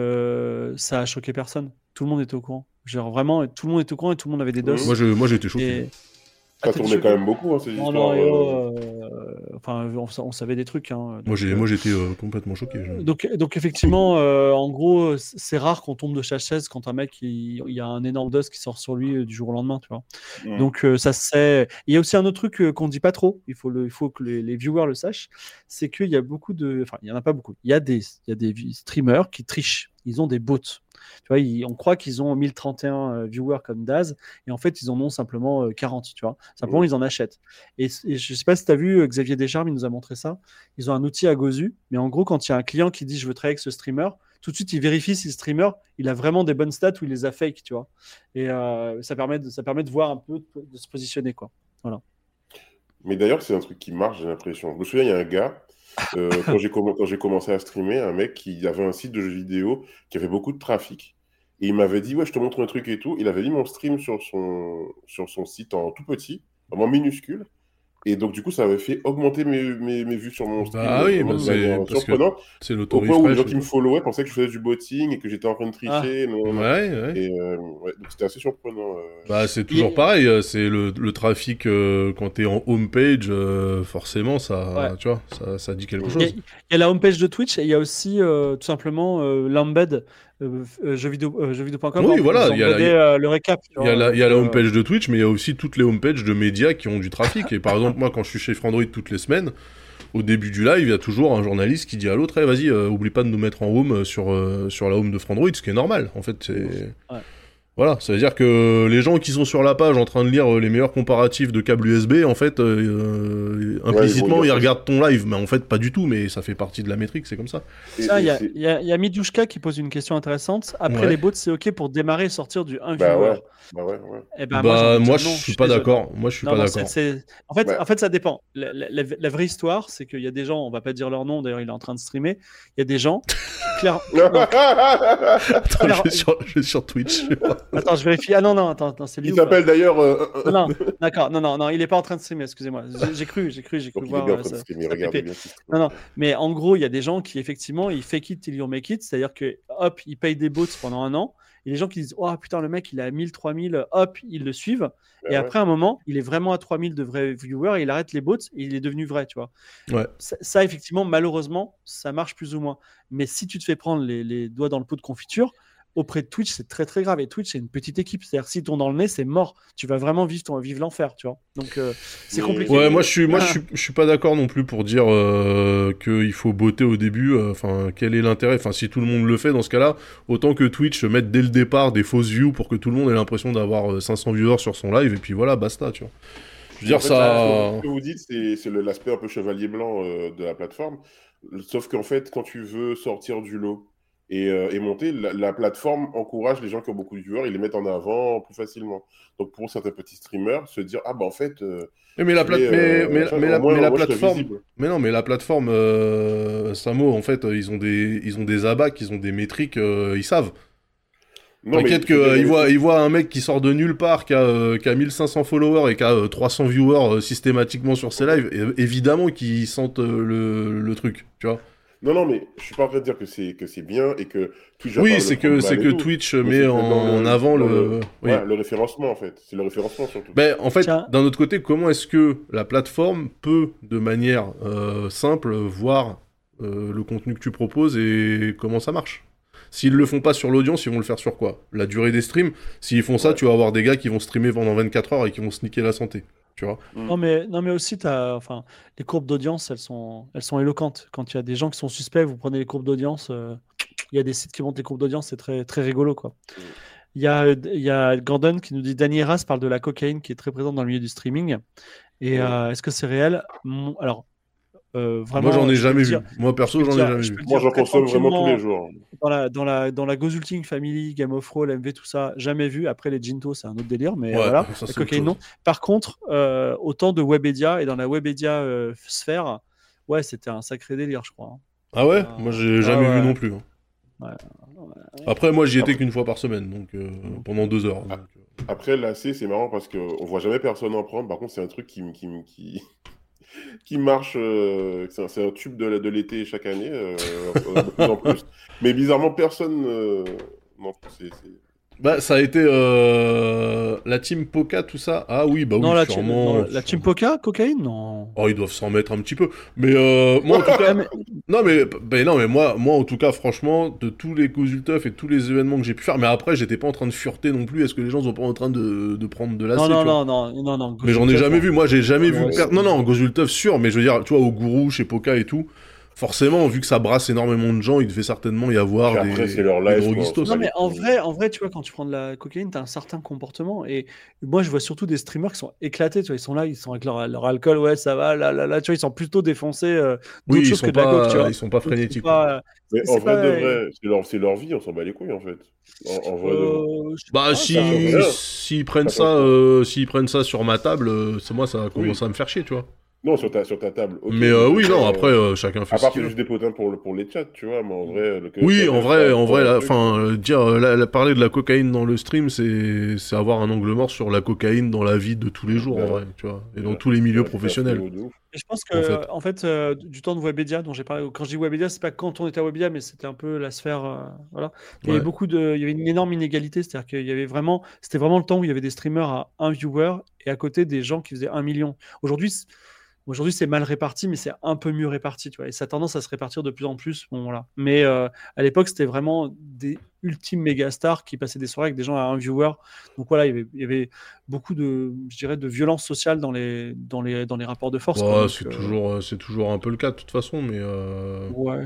S2: euh, ça a choqué personne. Tout le monde était au courant. Genre vraiment, tout le monde était au courant et tout le monde avait des doses.
S1: Moi, je, moi, j'ai été choqué.
S2: Et...
S3: Ça
S2: Ah, t'as
S3: tournait
S2: dit
S3: quand
S2: choqué
S3: même beaucoup, hein, ces
S2: Non,
S3: histoires.
S2: non, et oh,
S3: euh,
S2: euh, enfin, on, sa- on savait des trucs. Hein,
S1: Moi,
S2: donc,
S1: j'ai,
S2: euh,
S1: moi, j'étais euh, complètement choqué. je-
S2: donc, donc effectivement, euh, en gros, c- c'est rare qu'on tombe de sa chaise quand un mec, il, il y a un énorme dose qui sort sur lui euh, du jour au lendemain, tu vois.
S3: hum.
S2: Donc euh, ça c'est. Il y a aussi un autre truc euh, qu'on dit pas trop. Il faut le, il faut que les, les viewers le sachent. C'est qu'il y a beaucoup de, enfin il y en a pas beaucoup. Il y a des, il y a des vi- streamers qui trichent. Ils ont des bots. Tu vois, ils- on croit qu'ils ont mille trente et un euh, viewers comme Daz, et en fait ils en ont simplement euh, quarante. Tu vois, simplement
S3: Mhm.
S2: ils en achètent. Et, et je sais pas si tu as vu, euh, Xavier Descharmes, il nous a montré ça. Ils ont un outil à Gozu, mais en gros quand il y a un client qui dit je veux travailler avec ce streamer, tout de suite, il vérifie si le streamer, il a vraiment des bonnes stats ou il les a fake, tu vois. Et euh, ça, permet de, ça permet de voir un peu, de, de se positionner, quoi. Voilà.
S3: Mais d'ailleurs, c'est un truc qui marche, j'ai l'impression. Je me souviens, il y a un gars, euh, quand, j'ai comm- quand j'ai commencé à streamer, un mec qui avait un site de jeux vidéo qui avait beaucoup de trafic. Et il m'avait dit, ouais, je te montre un truc et tout. Il avait mis mon stream sur son, sur son site en tout petit, vraiment minuscule. Et donc, du coup, ça avait fait augmenter mes, mes, mes vues sur mon stream.
S1: Bah oui,
S3: vraiment
S1: bah
S3: de
S1: c'est
S3: manière
S1: parce que
S3: surprenante.
S1: c'est
S3: Au point où les
S1: l'auto-refresh.
S3: gens qui me followaient pensaient que je faisais du botting et que j'étais en train de tricher. non, non, non.
S1: Ouais, ouais.
S3: Et euh, ouais, donc c'était assez surprenant. euh.
S1: Bah c'est toujours
S2: Et-
S1: pareil, euh, c'est le, le trafic euh, quand t'es en homepage, euh, forcément ça,
S2: Ouais.
S1: tu vois, ça, ça dit quelque
S2: Il y, a,
S1: chose.
S2: il y a la homepage de Twitch et il y a aussi euh, tout simplement euh, l'embed euh, euh, jeux vidéo, euh, jeux vidéo point com.
S1: Oui,
S2: Ils
S1: voilà,
S2: ont
S1: il y a la-
S2: embedé, euh, le récap. tu
S1: Il y a
S2: vois,
S1: la, il y a la
S2: donc, euh,
S1: homepage de Twitch, mais il y a aussi toutes les homepages de médias qui ont du trafic. Et par exemple, moi, quand je suis chez Frandroid toutes les semaines, au début du live, il y a toujours un journaliste qui dit à l'autre, hey, vas-y, euh, oublie pas de nous mettre en home sur, euh, sur la home de Frandroid, ce qui est normal. En fait, c'est...
S2: Ouais.
S1: Voilà, ça veut dire que les gens qui sont sur la page en train de lire euh, les meilleurs comparatifs de câbles U S B, en fait, euh, euh, implicitement,
S3: vont
S1: ils
S3: dire ça.
S1: regardent ton live. Mais en fait, pas du tout, mais ça fait partie de la métrique, c'est comme ça.
S3: Et-
S2: Tiens,
S3: et
S2: il y a,
S3: c'est-
S2: il y a- il y a Midushka qui pose une question intéressante. Après
S1: Ouais.
S2: les bots, c'est OK pour démarrer et sortir du un
S3: Bah
S2: viewer.
S3: ouais, bah ouais, ouais.
S2: Eh ben,
S1: Bah,
S2: j'ai envie de
S1: moi,
S2: dire
S1: je
S2: non,
S1: suis pas
S2: désolé.
S1: d'accord. Moi, je suis
S2: Non,
S1: pas
S2: non,
S1: d'accord.
S2: c'est- c'est- En, fait,
S3: Ouais.
S2: en fait, ça dépend. La, la- la- la vraie histoire, c'est qu'il y a des gens, on va pas dire leur nom, d'ailleurs, il est en train de streamer. Il y a des gens qui, clair- non,
S1: Attends,
S2: clair-
S1: je, vais sur, je vais sur Twitch. je sais pas.
S2: Attends, je vérifie. Ah non, non, attends, attends c'est lui.
S3: Il
S2: ou pas
S3: s'appelle d'ailleurs. euh, euh,
S2: Non, non, d'accord, non, non, non, il est pas en train de streamer, excusez-moi. J'ai- J'ai cru, j'ai cru, j'ai cru
S3: Donc il est
S2: voir
S3: bien en
S2: euh,
S3: train de
S2: ça-
S3: streamer,
S2: ça
S3: regardez
S2: pépé.
S3: bien qu'il stream.
S2: Non, non, mais en gros, il y a des gens qui, effectivement, ils fake it till you make it, c'est-à-dire que, hop, ils payent des bots pendant un an, et les gens qui disent, oh putain, le mec, il est à mille, trois mille, hop, ils le suivent,
S3: Bah
S2: et
S3: ouais.
S2: après un moment, il est vraiment à trois mille de vrais viewers, et il arrête les bots, et il est devenu vrai, tu vois.
S1: Ouais.
S2: Ça, ça, effectivement, malheureusement, ça marche plus ou moins. Mais si tu te fais prendre les, les doigts dans le pot de confiture, auprès de Twitch, c'est très très grave. Et Twitch, c'est une petite équipe. C'est-à-dire, si ton dans le nez, c'est mort. Tu vas vraiment vivre, ton, vivre l'enfer, tu vois. Donc, euh, c'est
S3: Mais-
S2: compliqué.
S1: Ouais, moi je suis, moi
S2: Ah.
S1: je suis, je suis pas d'accord non plus pour dire euh, qu'il faut botter au début. Enfin, quel est l'intérêt? Enfin, si tout le monde le fait dans ce cas-là, autant que Twitch mette dès le départ des fausses views pour que tout le monde ait l'impression d'avoir euh, cinq cents viewers sur son live et puis voilà, basta, tu vois. Je veux dire
S3: En fait,
S1: ça.
S3: Ce que vous dites, c'est c'est le- l'aspect un peu chevalier blanc euh, de la plateforme. Sauf qu'en fait, quand tu veux sortir du lot et, euh, et monter, la, la plateforme encourage les gens qui ont beaucoup de viewers, ils les mettent en avant plus facilement. Donc pour certains petits streamers, se dire ah bah en fait. euh,
S1: Mais, mais la,
S3: je
S1: plate-
S3: vais,
S1: mais,
S3: euh,
S1: mais,
S3: machin,
S1: mais
S3: au
S1: la,
S3: moins-
S1: mais
S3: au
S1: la
S3: moins, je serai
S1: plateforme.
S3: visible.
S1: Mais non, mais la plateforme, euh, Samo, en fait, ils ont des, ils ont des abacs, ils ont des métriques, euh, ils savent.
S3: Non, mais
S1: T'inquiète
S3: je veux dire,
S1: qu'ils voient, ils voient un mec qui sort de nulle part, qui a, euh, qui a mille cinq cents followers et qui a euh, trois cents viewers euh, systématiquement sur ses lives, et, évidemment qu'ils sentent euh, le, le truc, tu vois.
S3: Non, non, mais je suis pas en train de dire que c'est que c'est bien et que Twitch va pas
S1: Oui,
S3: le
S1: c'est
S3: prendre
S1: que,
S3: mal
S1: c'est
S3: et
S1: que
S3: tout.
S1: Twitch
S3: Mais
S1: met
S3: c'est que
S1: en,
S3: dans le-
S1: en avant
S3: dans
S1: le...
S3: le-
S1: Oui.
S3: Ouais, le référencement en fait. C'est le référencement surtout.
S1: Ben, en fait,
S2: Tiens.
S1: d'un autre côté, comment est-ce que la plateforme peut, de manière euh, simple, voir euh, le contenu que tu proposes et comment ça marche? S'ils le font pas sur l'audience, ils vont le faire sur quoi? La durée des streams. S'ils font ça,
S3: Ouais.
S1: tu vas avoir des gars qui vont streamer pendant vingt-quatre heures et qui vont se niquer la santé, tu vois.
S2: Non, mais, non, mais aussi, t'as, enfin, les courbes d'audience, elles sont, elles sont éloquentes. Quand il y a des gens qui sont suspects, vous prenez les courbes d'audience, euh, il y a des sites qui montent les courbes d'audience, c'est très, très rigolo, quoi.
S3: Mm.
S2: Il y a, il y a Gordon qui nous dit Danny Ras parle de la cocaïne qui est très présente dans le milieu du streaming. Et
S3: Ouais.
S2: euh, est-ce que c'est réel? Mon- Alors, euh, vraiment.
S1: Moi, j'en ai
S2: je peux
S1: jamais
S2: le
S1: vu.
S2: dire-
S1: Moi, perso,
S2: je peux
S1: j'en
S2: le
S1: ai
S2: dire-
S1: jamais
S2: je
S1: vu.
S2: peux le
S3: Moi,
S2: dire
S3: j'en
S2: très
S3: consomme vraiment tous
S2: tranquillement.
S3: les jours.
S2: Dans la, dans la, dans la Gozulting Family, Game of Thrones, M V, tout ça, jamais vu. Après, les Ginto, c'est un autre délire, mais
S1: Ouais,
S2: voilà.
S1: ça, c'est
S2: La
S1: autre
S2: cocaïne,
S1: chose.
S2: non. Par contre, euh, autant de Webedia, et dans la Webedia euh, sphère, ouais, c'était un sacré délire, je crois. hein.
S1: Ah ouais?
S2: Ah,
S1: Moi, j'ai jamais
S2: ouais,
S1: vu
S2: ouais.
S1: non plus. hein.
S2: Ouais,
S1: Après, moi, j'y étais
S3: Après-
S1: qu'une fois par semaine, donc euh, pendant deux heures. donc, euh.
S3: Après, l'A C, c'est marrant parce qu'on voit jamais personne en prendre. Par contre, c'est un truc qui, m- qui, m- qui, qui marche. euh, c'est un, c'est un tube de, la- de l'été chaque année, euh, de plus en plus. Mais bizarrement, personne. euh, Non, c'est. c'est-
S1: Bah, ça a été euh, la team Poca, tout ça. Ah oui, bah
S2: non,
S1: oui,
S2: la, team-
S1: sûrement.
S2: non, la
S1: sûrement.
S2: Team Poca, cocaïne, non.
S1: Oh, ils doivent s'en mettre un petit peu. Mais euh, moi, en tout cas,
S2: Ah, mais-
S1: non, mais ben non, mais moi, moi, en tout cas, franchement, de tous les Cozulteuf et tous les événements que j'ai pu faire, mais après, j'étais pas en train de fureter non plus. Est-ce que les gens sont pas en train de, de prendre de l'acé,
S2: non, non,
S1: tu vois.
S2: non, non, non, non.
S1: Mais j'en ai
S2: Gozulteuf,
S1: jamais
S2: hein.
S1: vu. Moi, j'ai jamais vu.
S3: Ouais,
S1: per- Non, non, Gozulteuf sûr, mais je veux dire, tu vois, au Gourou, chez Poca et tout. forcément, vu que ça brasse énormément de gens, il devait certainement y avoir
S3: Puis
S1: des,
S3: après, c'est leur
S1: des
S3: live, quoi,
S1: droguistos.
S3: on s'en
S2: Non,
S3: bat
S2: mais
S3: les
S2: en
S3: couilles.
S2: vrai, en vrai, tu vois, quand tu prends de la cocaïne, tu as un certain comportement. Et moi, je vois surtout des streamers qui sont éclatés. Tu vois, ils sont là, ils sont avec leur, leur alcool, ouais, ça va, là, là, là. Tu vois, ils sont plutôt défoncés euh,
S1: Oui,
S2: d'autres
S1: ils
S2: choses que
S1: sont
S2: de la coke, tu
S1: pas,
S2: vois.
S1: ils sont pas
S2: Donc, c'est
S1: frénétiques, quoi.
S2: pas.
S3: Mais
S2: C'est
S3: en
S2: c'est
S3: vrai
S2: pas.
S3: de vrai, c'est leur, c'est leur vie, on s'en bat les couilles, en fait. En, en vrai de vrai.
S2: Euh, je sais
S1: Bah,
S2: pas, ça.
S3: Ça change
S1: si,
S3: rien.
S1: s'ils prennent
S3: Ça change
S1: ça,
S3: pas.
S1: euh, s'ils prennent ça sur ma table, euh, c'est moi, ça va
S3: Oui.
S1: commencer à me faire chier, tu vois.
S3: Non, sur ta, sur ta table, ok.
S1: Mais
S3: Mais
S1: euh,
S3: je veux
S1: oui,
S3: dire,
S1: non,
S3: euh,
S1: après, euh, chacun fait
S3: à
S1: ce
S3: part
S1: qu'il
S3: c'est
S1: veut.
S3: juste des potins pour, le, pour les chats, tu vois. Mais en vrai, le, que
S1: Oui,
S3: quelqu'un
S1: en
S3: se
S1: vrai,
S3: passe
S1: en
S3: pour
S1: vrai,
S3: un
S1: là,
S3: truc,
S1: enfin, euh, dire, euh, la- la- parler de la cocaïne dans le stream, c'est, c'est avoir un angle mort sur la cocaïne dans la vie de tous les jours, en
S3: ben,
S1: vrai, tu vois, et dans
S3: ben,
S1: tous les milieux
S3: c'est un
S1: professionnels,
S3: fléau de ouf.
S2: Et je pense
S1: en fait.
S2: que, en fait, euh, du temps de Webedia dont j'ai parlé, quand je dis Webedia, c'est pas quand on était à Webedia, mais c'était un peu la sphère, euh, voilà. Il y avait
S1: Ouais.
S2: beaucoup de, il y avait une énorme inégalité, c'est-à-dire qu'il y avait vraiment, c'était vraiment le temps où il y avait des streamers à un viewer et à côté des gens qui faisaient un million. Aujourd'hui, c'est- aujourd'hui c'est mal réparti, mais c'est un peu mieux réparti, tu vois. Et ça a tendance à se répartir de plus en plus, bon voilà. Mais euh, à l'époque, c'était vraiment des ultimes méga stars qui passaient des soirées avec des gens à un viewer. Donc voilà, il y avait, il y avait beaucoup de, je dirais, de violence sociale dans les, dans les, dans les rapports de force, quoi.
S1: Bah,
S2: Donc,
S1: c'est
S2: euh,
S1: toujours, euh, c'est toujours un peu le cas, de toute façon, mais euh,
S2: ouais,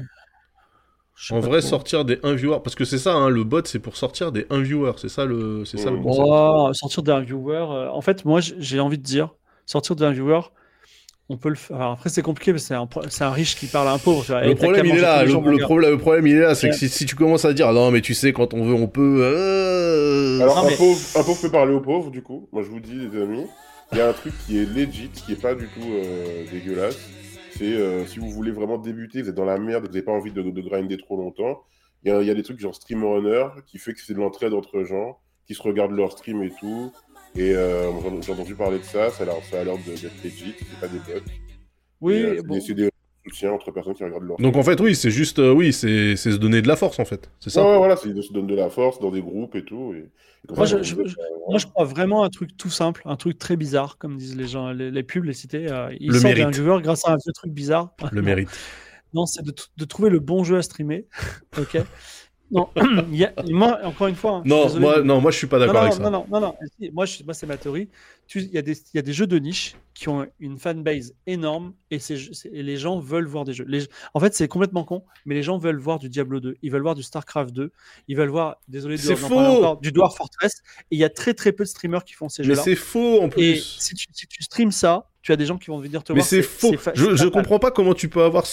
S2: je sais
S1: en
S2: pas
S1: vrai,
S2: trop.
S1: sortir des un viewer, parce que c'est ça, hein, le bot, c'est pour sortir des un viewer, c'est ça le, c'est ça le
S3: Mm.
S1: concept.
S2: Oh, sortir d'un viewer, euh, en fait, moi, j- j'ai envie de dire, sortir d'un viewer, on peut le faire. Alors après, c'est compliqué, parce que c'est un, pro- c'est un riche qui parle à un pauvre. Tu vois.
S1: Le
S2: Eh, t'as qu'à
S1: problème, il est
S2: manger tous
S1: là.
S2: les
S1: Le,
S2: jours, mon
S1: le
S2: gars.
S1: problème, le problème, il est là, c'est que
S2: Ouais.
S1: si, si tu commences à dire, non, mais tu sais, quand on veut, on peut. euh,
S3: Alors,
S2: Non,
S3: un
S2: mais
S3: pauvre, un pauvre peut parler au pauvre, du coup. Moi, je vous dis, les amis, il y a un truc qui est legit, qui est pas du tout euh, dégueulasse. C'est euh, si vous voulez vraiment débuter, vous êtes dans la merde, vous n'avez pas envie de, de grinder trop longtemps. Il y a, il y a des trucs genre Stream Runner qui fait que c'est de l'entraide entre gens qui se regardent leur stream et tout. Et euh, j'en- j'ai entendu parler de ça, ça a l'air, ça a l'air de- d'être legit, c'est pas des bugs. Et euh,
S2: oui,
S3: c'est des,
S2: bon.
S3: c'est des soutiens entre personnes qui regardent leur
S1: Donc
S3: stream.
S1: en fait, oui, c'est juste, euh, oui, c'est c'est se donner de la force, en fait. C'est
S3: Ouais,
S1: ça.
S3: ouais, voilà, c'est de se donner de la force dans des groupes et tout. Et, et comme
S2: Moi,
S3: ça, quand
S2: je,
S3: vous
S2: je-
S3: êtes,
S2: je-
S3: euh,
S2: moi,
S3: voilà.
S2: je crois vraiment à un truc tout simple, un truc très bizarre, comme disent les gens, les, les pubs, les cités. euh, ils
S1: Le
S2: sortent d'un
S1: mérite.
S2: viewer grâce à un vieux truc bizarre.
S1: Le
S2: Non,
S1: mérite.
S2: non, c'est de, t- de trouver le bon jeu à streamer. Ok. Non, il y a- moi, encore une fois, hein, je suis
S1: Non,
S2: désolé
S1: moi,
S2: de,
S1: non, moi, je suis pas
S2: Non,
S1: d'accord
S2: non,
S1: avec
S2: non,
S1: ça.
S2: non, non, non. Si, Moi, je- moi c'est ma théorie. Tu- Il y, a des- il y a des jeux de niche qui ont une fanbase énorme et, ces jeux- c'est- et les gens veulent voir des jeux. Les- en fait, c'est complètement con, mais les gens veulent voir du Diablo deux, ils veulent voir du StarCraft deux, ils veulent voir, désolé
S1: C'est
S2: d'en parler
S1: faux.
S2: encore, du Dwarf Fortress. Et il y a très très peu de streamers qui font ces
S1: Mais
S2: jeux-là.
S1: c'est faux en
S2: Et
S1: plus.
S2: si tu, si tu streams ça, tu as des gens qui vont venir te
S1: Mais
S2: voir.
S1: c'est faux.
S2: fa-
S1: Je,
S2: c'est
S1: je
S2: fatal.
S1: comprends pas comment tu peux avoir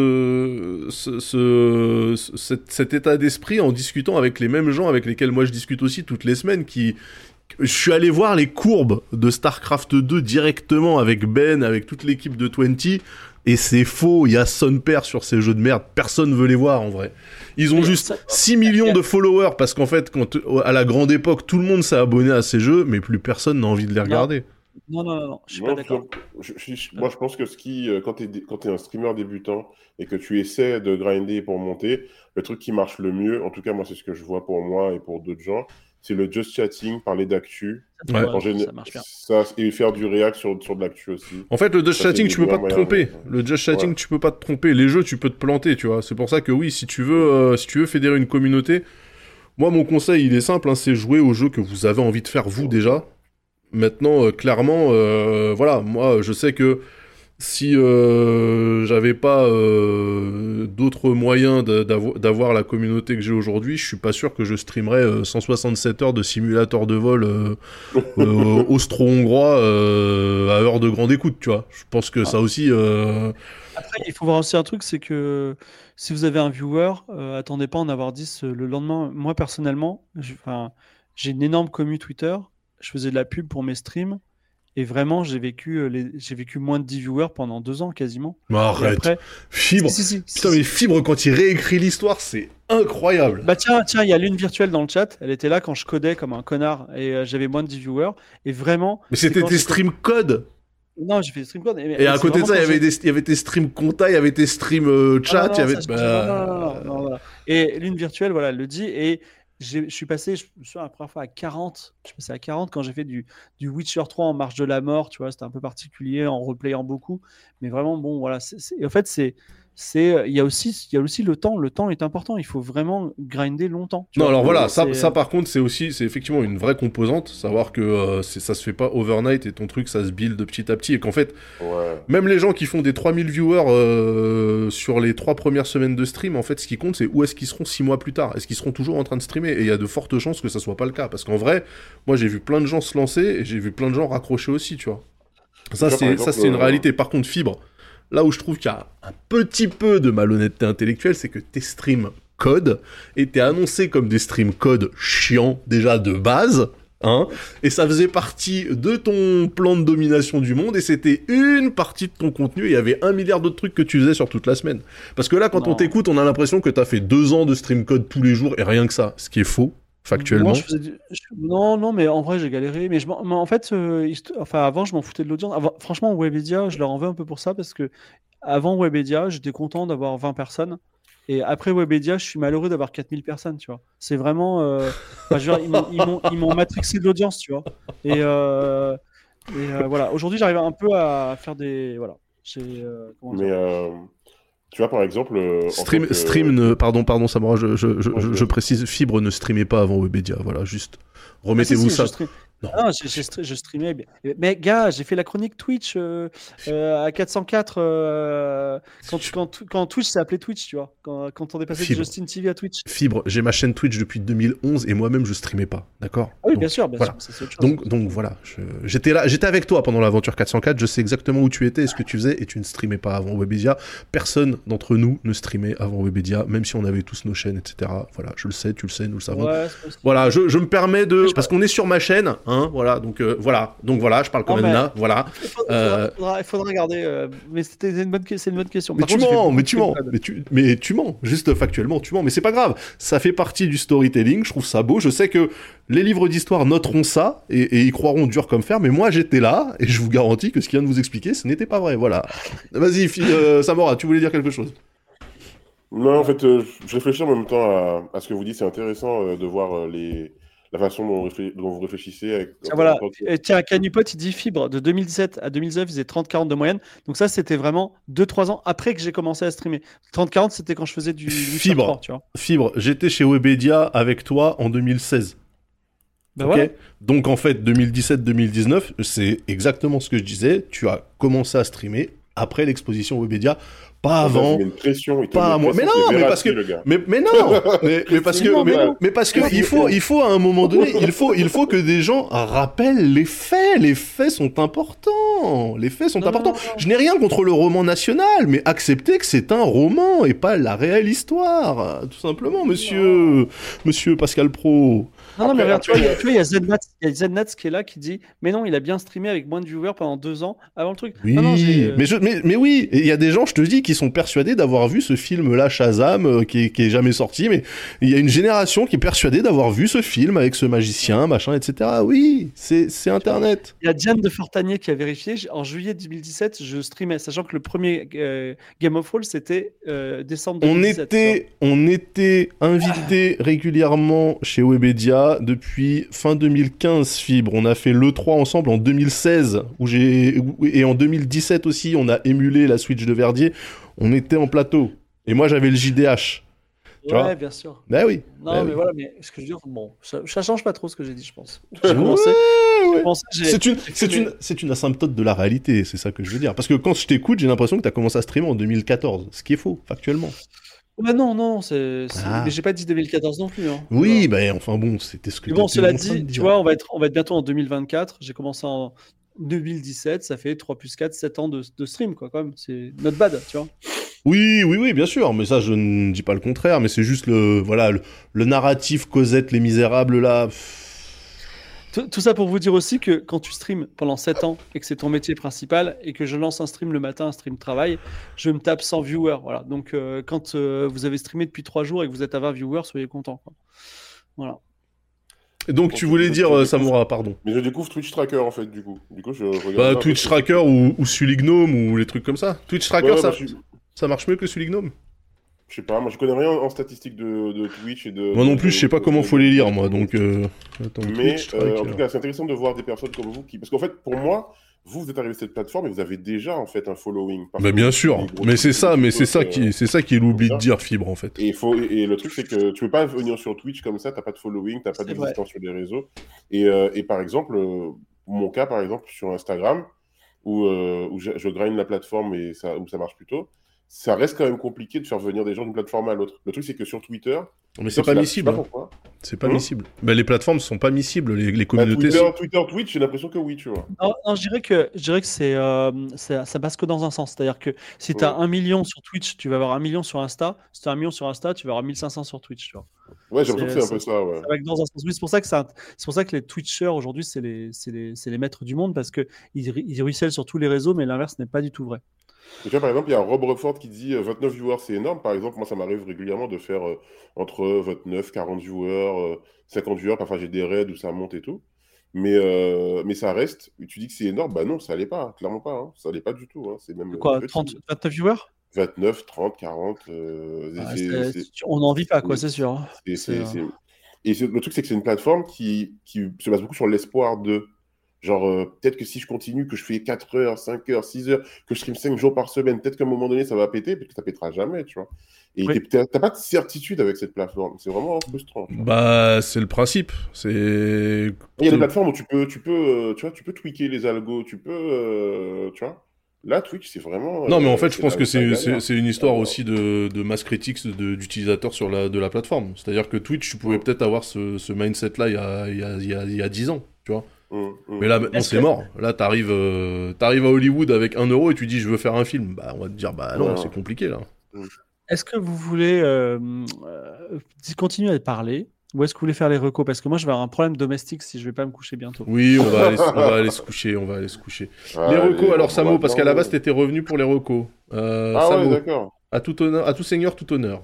S1: ce, ce, ce- ce- cet, cet état d'esprit en discutant avec les mêmes gens avec lesquels moi je discute aussi toutes les semaines. Qui, je suis allé voir les courbes de StarCraft deux directement avec Ben, avec toute l'équipe de vingt, et c'est faux. Il y a son père sur ces jeux de merde. Personne veut les voir en vrai. Ils ont
S2: Mais
S1: juste
S2: ça-
S1: six millions de followers parce qu'en fait, quand, à la grande époque, tout le monde s'est abonné à ces jeux, mais plus personne n'a envie de les regarder.
S2: Non, non, non, non, je suis
S3: Moi,
S2: pas d'accord.
S3: je- je- je- moi, je pense que ce qui, euh, quand tu es, quand t'es un streamer débutant et que tu essaies de grinder pour monter, le truc qui marche le mieux, en tout cas, moi, c'est ce que je vois pour moi et pour d'autres gens, c'est le just chatting, parler d'actu.
S1: Ouais.
S2: Ouais,
S3: En géné-
S2: ça marche bien.
S3: ça, et faire du react sur, sur de l'actu aussi.
S1: En fait, le just
S3: Ça, c'est
S1: chatting,
S3: des
S1: tu peux pas
S3: meilleurs
S1: te
S3: moyens
S1: tromper.
S3: de-
S1: Le just chatting,
S3: Ouais.
S1: tu peux pas te tromper. Les jeux, tu peux te planter, tu vois. C'est pour ça que oui, si tu veux, euh, si tu veux fédérer une communauté, moi, mon conseil, il est simple, hein, c'est jouer aux jeux que vous avez envie de faire vous déjà. Maintenant, euh, clairement, euh, voilà, moi, je sais que si euh, j'avais pas euh, d'autres moyens de- d'avo- d'avoir la communauté que j'ai aujourd'hui, je suis pas sûr que je streamerais euh, cent soixante-sept heures de simulateur de vol euh, euh, austro-hongrois euh, à heure de grande écoute, tu vois. Je pense que ça aussi... euh,
S2: Après, il faut voir aussi un truc, c'est que si vous avez un viewer, euh, attendez pas à en avoir dix euh, le lendemain. Moi, personnellement, je- enfin, j'ai une énorme commu Twitter. Je faisais de la pub pour mes streams. Et vraiment, j'ai vécu, euh, les... j'ai vécu moins de dix viewers pendant deux ans quasiment.
S1: Mais
S2: Et
S1: arrête.
S2: après,
S1: Fibre.
S2: si, si, si,
S1: Putain,
S2: si,
S1: mais
S2: si.
S1: Fibre, quand il réécrit l'histoire, c'est incroyable.
S2: Bah tiens, tiens, il y a Lune Virtuelle dans le chat. Elle était là quand je codais comme un connard et euh, j'avais moins de dix viewers. Et vraiment.
S1: Mais
S2: c'est
S1: c'était
S2: quand
S1: tes
S2: j'étais-
S1: stream code.
S2: Non, j'ai fait des stream code. Et,
S1: Et à côté de ça, il y avait, des, il y avait tes streams compta, il y avait tes streams euh, chat, il y avait...
S2: Ça, je-
S1: bah,
S2: non, non, non, non, non, voilà. Et Lune Virtuelle, voilà, elle le dit. Et j'ai- je suis passé, je me souviens, la première fois à quarante. Je suis passé à quarante quand j'ai fait du, du Witcher trois en marche de la mort. Tu vois, c'était un peu particulier en replayant beaucoup. Mais vraiment, bon, voilà. c'est- c'est- en fait, c'est c'est il y a aussi il y a aussi le temps. Le temps est important. Il faut vraiment grinder longtemps.
S1: Non, vois, alors voilà, ça, ça par contre, c'est aussi, c'est effectivement une vraie composante, savoir que euh, c'est, ça se fait pas overnight et ton truc, ça se build petit à petit, et qu'en fait,
S3: ouais.
S1: même les gens qui font des trois mille viewers euh, sur les trois premières semaines de stream, en fait, ce qui compte, c'est où est-ce qu'ils seront six mois plus tard. Est-ce qu'ils seront toujours en train de streamer? Et il y a de fortes chances que ça soit pas le cas, parce qu'en vrai, moi, j'ai vu plein de gens se lancer, et j'ai vu plein de gens raccrocher aussi, tu vois. Ça, c'est, exemple, ça, c'est une euh... réalité. Par contre, Fibre, là où je trouve qu'il y a un petit peu de malhonnêteté intellectuelle, c'est que tes streams code étaient annoncés comme des streams code chiants, déjà de base, hein, et ça faisait partie de ton plan de domination du monde, et c'était une partie de ton contenu, et il y avait un milliard d'autres trucs que tu faisais sur toute la semaine. Parce que là, quand non. on t'écoute, on a l'impression que t'as fait deux ans de stream code tous les jours, et rien que ça, ce qui est faux. Factuellement.
S2: Moi, je faisais du... je... Non, non, mais en vrai, j'ai galéré. Mais, je mais en fait, euh, hist... enfin, avant, je m'en foutais de l'audience. Avant... Franchement, Webedia, je leur en veux un peu pour ça parce que avant Webedia, j'étais content d'avoir vingt personnes. Et après Webedia, je suis malheureux d'avoir quatre mille personnes, tu vois. C'est vraiment... Euh... Enfin, je veux dire, ils, m'ont, ils, m'ont, ils m'ont matrixé de l'audience, tu vois. Et, euh... Et euh, voilà. Aujourd'hui, j'arrive un peu à faire des... Voilà. J'ai, euh...
S3: mais... Euh... Tu vois, par exemple... Euh,
S1: stream,
S3: que...
S1: stream ne... Pardon, pardon, Samora, je, je, je, je, je précise, Fibre ne streamait pas avant Webedia, voilà, juste. Remettez-vous ah, si, si, ça.
S2: Je, stream... non. Ah, j'ai, j'ai, je streamais. Mais gars, j'ai fait la chronique Twitch euh, euh, à quatre cent quatre euh, quand, quand, quand Twitch s'est appelé Twitch, tu vois. Quand, quand on est passé Fibre. de Justin T V à Twitch.
S1: Fibre, j'ai ma chaîne Twitch depuis deux mille onze et moi-même je streamais pas, d'accord?
S2: Ah oui, donc, bien sûr, bien
S1: voilà.
S2: sûr. C'est autre chose,
S1: donc, donc voilà, je, j'étais là, j'étais avec toi pendant l'aventure quatre cent quatre, je sais exactement où tu étais et ce que tu faisais et tu ne streamais pas avant Webedia. Personne d'entre nous ne streamait avant Webedia, même si on avait tous nos chaînes, et cetera. Voilà, je le sais, tu le sais, nous le savons.
S2: Ouais,
S1: voilà, je, je me permets de... Parce qu'on est sur ma chaîne, hein, voilà, donc euh, voilà, donc voilà, je parle quand non, même là, voilà.
S2: Il faudra, euh... faudra, faudra regarder, euh, mais c'était une bonne, c'est une bonne question.
S1: Mais Par tu contre, mens, mais tu mens, mais tu, mais tu mens, juste factuellement, tu mens, mais c'est pas grave, ça fait partie du storytelling, je trouve ça beau, je sais que les livres d'histoire noteront ça, et, et y croiront dur comme fer, mais moi j'étais là, et je vous garantis que ce qu'il vient de vous expliquer, ce n'était pas vrai, voilà. Vas-y, euh, Samora, tu voulais dire quelque chose?
S3: Non, en fait, euh, je réfléchis en même temps à, à ce que vous dites, c'est intéressant euh, de voir euh, les... la façon dont, réfléch... dont vous réfléchissez. Avec...
S2: Tiens, voilà. Et tiens, Canupot, il dit Fibre, de deux mille dix-sept à deux mille dix-neuf, il faisait trente quarante de moyenne. Donc ça, c'était vraiment deux trois ans après que j'ai commencé à streamer. trente quarante, c'était quand je faisais du, du
S1: Fibre,
S2: trois, tu vois.
S1: Fibre, j'étais chez Webedia avec toi en deux mille seize.
S2: Ben
S1: okay
S2: voilà.
S1: Donc en fait, deux mille dix-sept deux mille dix-neuf, c'est exactement ce que je disais. Tu as commencé à streamer après l'exposition Webedia. Pas avant,
S3: une pression, il
S1: pas à moi. Mais non, mais parce que, mais, mais non, mais, mais parce que, mais, mais parce que il faut, il faut à un moment donné, il faut, il faut que des gens rappellent les faits. Les faits sont importants. Les faits sont non, importants. Non, non. Je n'ai rien contre le roman national, mais acceptez que c'est un roman et pas la réelle histoire, tout simplement, monsieur, non. monsieur Pascal Pro.
S2: Non, non, mais regarde, tu vois, il y a Zednats, il y a Zednats qui est là, qui dit, mais non, il a bien streamé avec moins de viewers pendant deux ans avant le truc.
S1: Oui,
S2: non, non,
S1: mais, je, mais, mais oui, il y a des gens, je te dis, qui sont persuadés d'avoir vu ce film-là, Shazam, euh, qui, est, qui est jamais sorti, mais il y a une génération qui est persuadée d'avoir vu ce film avec ce magicien, machin, et cetera. Oui, c'est, c'est Internet.
S2: Il y a Diane de Fortanier qui a vérifié, en juillet deux mille dix-sept, je streamais, sachant que le premier euh, Game of Thrones, c'était euh, décembre deux mille dix-sept.
S1: On était, on était invités régulièrement chez Webedia depuis fin deux mille quinze, Fibre. On a fait l'E trois ensemble en deux mille seize, où j'ai... et en deux mille dix-sept aussi, on a émulé la Switch de Verdier. On était en plateau. Et moi, j'avais le J D H. Tu
S2: ouais,
S1: vois
S2: bien sûr.
S1: Ben oui.
S2: Non,
S1: ben
S2: mais
S1: oui.
S2: voilà, mais ce que je veux dire, bon, ça, ça change pas trop ce que j'ai dit, je pense. J'ai commencé.
S1: Ouais, ouais.
S2: J'ai pensé, j'ai,
S1: c'est, une,
S2: j'ai
S1: c'est, une, c'est une asymptote de la réalité, c'est ça que je veux dire. Parce que quand je t'écoute, j'ai l'impression que tu as commencé à streamer en deux mille quatorze, ce qui est faux, factuellement.
S2: Bah non, non, c'est, c'est...
S1: Ah.
S2: mais j'ai pas dit deux mille quatorze non plus. Hein.
S1: Oui, ben bah, enfin bon, c'était ce que
S2: mais bon, cela
S1: dit,
S2: tu
S1: dire.
S2: vois, on va, être, on va être bientôt en deux mille vingt-quatre. J'ai commencé en deux mille dix-sept, ça fait trois plus quatre, sept ans de, de stream, quoi, quand même. C'est not bad, tu vois.
S1: Oui, oui, oui, bien sûr, mais ça, je ne dis pas le contraire, mais c'est juste le, voilà, le, le narratif Cosette, les Misérables, là...
S2: Tout, tout ça pour vous dire aussi que quand tu streams pendant sept ans et que c'est ton métier principal et que je lance un stream le matin, un stream travail, je me tape cent viewers. Voilà. Donc euh, quand euh, vous avez streamé depuis trois jours et que vous êtes à vingt viewers, soyez contents. Quoi. Voilà.
S1: Et donc bon, tu voulais dire euh, Samura, pardon.
S3: Mais je découvre Twitch Tracker en fait du coup. Du coup je regarde.
S1: Bah, Twitch Tracker ou, ou Sulignome ou les trucs comme ça. Twitch Tracker, ouais, ça, bah, je... ça marche mieux que Sulignome.
S3: Je sais pas, moi je connais rien en statistiques de, de Twitch et de...
S1: Moi non plus, je sais pas comment faut les lire, moi, donc... Euh...
S3: Attends, mais euh, en tout cas, c'est intéressant de voir des personnes comme vous qui... Parce qu'en fait, pour moi, vous, vous êtes arrivé à cette plateforme et vous avez déjà en fait un following.
S1: Mais bien sûr, mais c'est ça, mais c'est ça qui, c'est ça qui est l'oubli de dire, Fibre, en fait.
S3: Et, faut, et le truc, c'est que tu peux pas venir sur Twitch comme ça, t'as pas de following, t'as pas d'existence sur les réseaux. Et, euh, et par exemple, euh, mon cas, par exemple, sur Instagram, où, euh, où je, je grind la plateforme et ça, où ça marche plutôt, ça reste quand même compliqué de faire venir des gens d'une plateforme à l'autre. Le truc, c'est que sur Twitter...
S1: Mais c'est pas miscible. Hein. C'est pas hum. miscible. Bah, les plateformes sont pas miscibles, les, les communautés...
S3: Bah, Twitter,
S1: sont...
S3: Twitter, Twitch, j'ai l'impression que oui, tu vois.
S2: Non, non je dirais que, je dirais que c'est, euh, ça, ça passe que dans un sens. C'est-à-dire que si tu as ouais. un million sur Twitch, tu vas avoir un million sur Insta. Si tu as un million sur Insta, tu vas avoir mille cinq cents sur Twitch, tu vois.
S3: Ouais, j'ai l'impression que c'est un peu ça, ouais.
S2: Ça va dans un sens. Oui, c'est pour ça que ça, c'est pour ça que les Twitchers, aujourd'hui, c'est les, c'est les, c'est les maîtres du monde, parce qu'ils ils ruissellent sur tous les réseaux, mais l'inverse n'est pas du tout vrai.
S3: Et tu vois, par exemple, il y a Rob Reford qui dit euh, vingt-neuf viewers, c'est énorme. Par exemple, moi, ça m'arrive régulièrement de faire euh, entre vingt-neuf, quarante viewers, euh, cinquante viewers. Parfois, j'ai des raids où ça monte et tout. Mais, euh, mais ça reste. Tu dis que c'est énorme. Bah non, ça l'est pas. Clairement pas. Hein. Ça l'est pas du tout. Hein. C'est même
S2: quoi, trente, vingt-neuf viewers
S3: vingt-neuf, trente, quarante. Euh,
S2: ah, c'est, c'est... On n'en vit pas, quoi, c'est sûr.
S3: C'est, c'est, c'est... Et le truc, c'est que c'est une plateforme qui, qui se base beaucoup sur l'espoir de. Genre, euh, peut-être que si je continue, que je fais quatre heures, cinq heures, six heures, que je stream cinq jours par semaine, peut-être qu'à un moment donné, ça va péter, parce que ça pètera jamais, tu vois. Et oui. t'as, t'as pas de certitude avec cette plateforme. C'est vraiment frustrant.
S1: Bah, c'est le principe. C'est...
S3: Il y a des plateformes où tu peux, tu peux, euh, tu vois, tu peux tweaker les algos, tu peux, euh, tu vois. Là, Twitch, c'est vraiment...
S1: Non, mais en fait, je pense la, que c'est, c'est, c'est une histoire aussi de, de mass critics de, d'utilisateurs sur la, de la plateforme. C'est-à-dire que Twitch, tu pouvais ouais. peut-être avoir ce, ce mindset-là il y a, il y a, il y a, il y a dix ans, tu vois. Mmh, mmh. Mais là, maintenant, c'est que... mort. Là, t'arrives, euh, t'arrives à Hollywood avec un euro et tu dis je veux faire un film. Bah, on va te dire, bah non, ouais. c'est compliqué, là.
S2: Est-ce que vous voulez euh, euh, continuer à parler ou est-ce que vous voulez faire les recos? Parce que moi, je vais avoir un problème domestique si je vais pas me coucher bientôt.
S1: Oui, on va aller, on va aller se coucher, on va aller se coucher. Ah, les recos, alors Samo, parce qu'à la base, t'étais revenu pour les recos. Euh,
S3: ah
S1: Samo,
S3: ouais, d'accord.
S1: À tout honneur, à tout seigneur, tout honneur.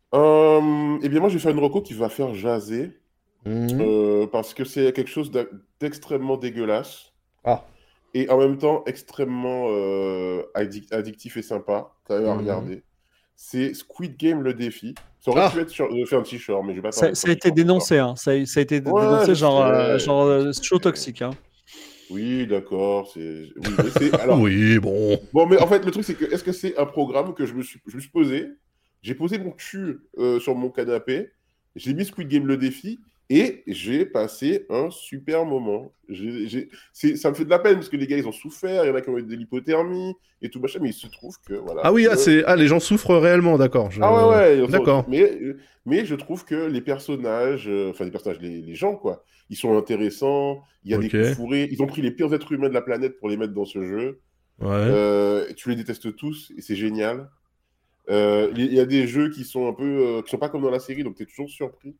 S3: Euh, eh bien, moi, je vais faire une reco qui va faire jaser.
S1: Mmh.
S3: Euh, parce que c'est quelque chose d'extrêmement dégueulasse.
S1: Ah.
S3: Et en même temps extrêmement euh, addic- addictif et sympa quand même à mmh. regarder. C'est Squid Game le défi. Ça aurait ah. pu être sur, euh, faire un t-shirt, mais je vais pas.
S2: Ça, ça a été dénoncé, hein. Ça, a, ça a été ouais, dénoncé genre, euh, genre euh, show toxique, hein.
S3: Oui, d'accord. C'est... Oui, mais c'est... Alors...
S1: oui, bon.
S3: Bon, mais en fait, le truc c'est que est-ce que c'est un programme que je me suis, je me suis posé. J'ai posé mon cul euh, sur mon canapé. J'ai mis Squid Game le défi. Et j'ai passé un super moment. J'ai, j'ai... C'est... Ça me fait de la peine parce que les gars, ils ont souffert. Il y en a qui ont eu de l'hypothermie et tout machin. Mais il se trouve que voilà.
S1: Ah oui,
S3: que...
S1: ah, c'est... ah les gens souffrent réellement, d'accord. Je...
S3: Ah ouais, ouais.
S1: D'accord.
S3: Mais, mais je trouve que les personnages, euh... enfin les personnages, les... les gens quoi, ils sont intéressants. Il y a okay. des coups fourrés. Ils ont pris les pires êtres humains de la planète pour les mettre dans ce jeu.
S1: Ouais.
S3: Euh... Tu les détestes tous et c'est génial. Euh... Il y a des jeux qui sont un peu, euh... qui sont pas comme dans la série, donc t'es toujours surpris.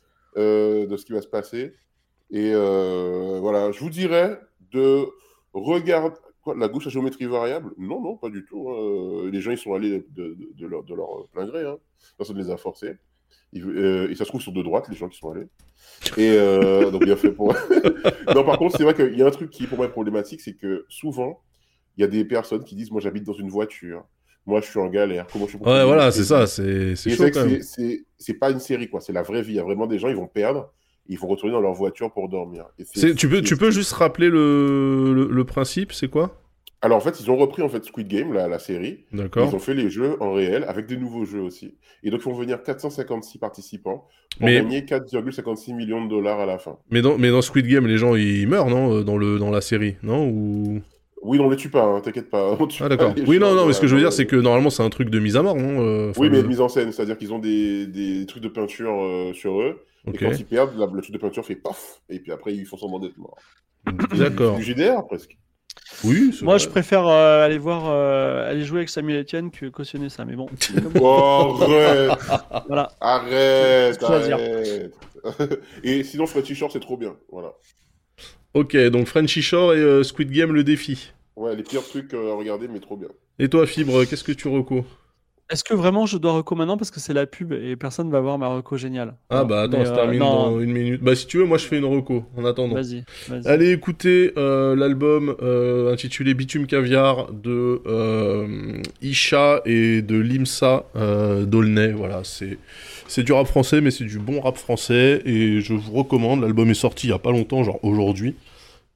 S3: Euh, de ce qui va se passer. Et euh, voilà, je vous dirais de regarder quoi, la gauche à géométrie variable. Non, non, pas du tout. Hein. Les gens, ils sont allés de, de, de, leur, de leur plein gré. Hein. Personne ne les a forcés. Ils, euh, et ça se trouve sur de droite, les gens qui sont allés. Et euh, donc, bien fait pour. Non, par contre, c'est vrai qu'il y a un truc qui, pour moi, est problématique, c'est que souvent, il y a des personnes qui disent moi, j'habite dans une voiture. Moi, je suis en galère. Comment je peux
S1: ouais, voilà, c'est ça. C'est, c'est chaud, quand même.
S3: C'est, c'est, c'est pas une série, quoi. C'est la vraie vie. Il y a vraiment des gens, ils vont perdre. Ils vont retourner dans leur voiture pour dormir. Et c'est,
S1: c'est, tu peux,
S3: c'est,
S1: tu peux juste rappeler le, le, le principe, c'est quoi?
S3: Alors, en fait, ils ont repris en fait, Squid Game, la, la série.
S1: D'accord.
S3: Ils ont fait les jeux en réel, avec des nouveaux jeux aussi. Et donc, ils vont venir quatre cent cinquante-six participants pour
S1: mais...
S3: gagner quatre virgule cinquante-six millions de dollars à la fin.
S1: Mais dans, mais dans Squid Game, les gens, ils meurent, non dans, le, dans la série, non ou...
S3: Oui, on les tue pas, hein, t'inquiète pas.
S1: Ah d'accord. Oui, non, non, mais ce que je veux dire, c'est que normalement, c'est un truc de mise à mort, non euh,
S3: Oui, mais
S1: le...
S3: de mise en scène, c'est-à-dire qu'ils ont des, des trucs de peinture euh, sur eux, okay. Et quand ils perdent, la, le truc de peinture fait paf, et puis après, ils font semblant d'être morts.
S1: D'accord.
S3: C'est du J D R, presque.
S1: Oui,
S2: moi, vrai. Je préfère euh, aller voir, euh, aller jouer avec Samuel Etienne que cautionner ça, mais bon.
S3: Oh, arrête.
S2: Voilà.
S3: Arrête, arrête. Et sinon, Frenchy Shore, c'est trop bien, voilà.
S1: Ok, donc Frenchy Shore et euh, Squid Game le défi.
S3: Ouais, les pires trucs euh, à regarder, mais trop bien.
S1: Et toi, Fibre, qu'est-ce que tu reco?
S2: Est-ce que vraiment je dois reco maintenant parce que c'est la pub et personne va voir ma reco géniale?
S1: Ah bah attends, ça euh, termine non. dans une minute. Bah si tu veux, moi je fais une reco en attendant.
S2: Vas-y, vas-y.
S1: Allez écouter euh, l'album euh, intitulé Bitume Caviar de euh, Isha et de Limsa euh, Dolnay. Voilà, c'est... c'est du rap français, mais c'est du bon rap français et je vous recommande. L'album est sorti il y a pas longtemps, genre aujourd'hui.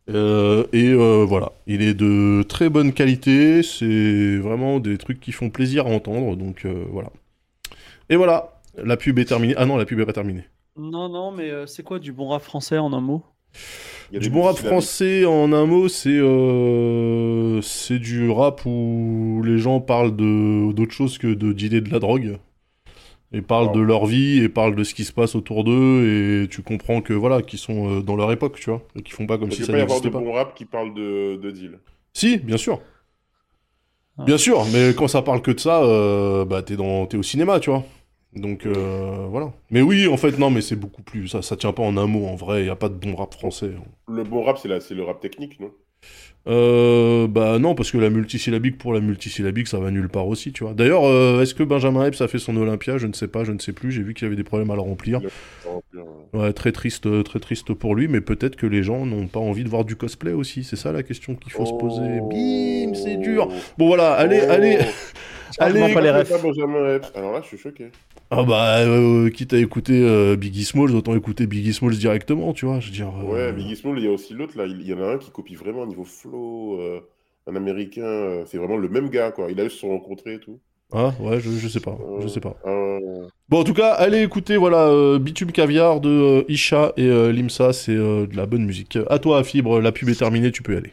S1: Euh, et euh, voilà, il est de très bonne qualité, c'est vraiment des trucs qui font plaisir à entendre, donc euh, voilà. Et voilà, la pub est terminée. Ah non, la pub est pas terminée.
S2: Non, non, mais euh, c'est quoi du bon rap français en un mot?
S3: Il y a
S1: Du
S3: des
S1: bon rap
S3: multisyllabiques.
S1: français, en un mot, c'est euh, c'est du rap où les gens parlent de d'autre chose que de dealer de la drogue. Et parlent de
S3: Wow.
S1: leur vie et parlent de ce qui se passe autour d'eux et tu comprends que voilà, qu'ils sont euh, dans leur époque, tu vois, et qu'ils font pas comme
S3: Il
S1: si
S3: ne
S1: ça
S3: peut pas y avoir
S1: n'existait
S3: de
S1: pas.
S3: bon rap qui parle de, de deal.
S1: Si, bien sûr.
S2: Ah.
S1: Bien sûr, mais quand ça parle que de ça, euh, bah t'es dans, t'es au cinéma, tu vois. Donc euh, voilà. Mais oui, en fait, non, mais c'est beaucoup plus. Ça, ça tient pas en un mot, en vrai. Il y a pas de bon rap français.
S3: Le bon rap, c'est la- c'est le rap technique, non?
S1: Euh, bah non, parce que la multisyllabique pour la multisyllabique, ça va nulle part aussi, tu vois. D'ailleurs, euh, est-ce que Benjamin Epps a fait son Olympia? Je ne sais pas, je ne sais plus. J'ai vu qu'il y avait des problèmes à le remplir.
S3: Il a- ça remplit un-
S1: Ouais, très triste, euh, très triste pour lui, mais peut-être que les gens n'ont pas envie de voir du cosplay aussi. C'est ça la question qu'il faut se poser.
S3: Oh.
S1: Bim, c'est dur. Bon voilà, allez,
S3: Oh.
S1: allez.
S2: Allez,
S1: Allez.
S2: pas les
S3: Je
S2: refs.
S3: pas Benjamin Epps. Alors là, je suis choqué.
S1: Ah bah, euh, quitte à écouter euh, Biggie Smalls, autant écouter Biggie Smalls directement, tu vois. Je veux dire. euh,
S3: Ouais, Biggie Small, il y a aussi l'autre, là. Il il y en a un qui copie vraiment au niveau flow. euh, un américain. euh, c'est vraiment le même gars, quoi. Il a eu se sont rencontrés et tout.
S1: Ah ouais, je, je sais pas, je
S3: Euh,
S1: sais pas.
S3: euh,
S1: Bon, en tout cas, allez écouter, voilà, euh, Bitume Caviar de euh, Isha et euh, Limsa, c'est euh, de la bonne musique. À toi, Fibre, la pub est terminée, tu peux y aller.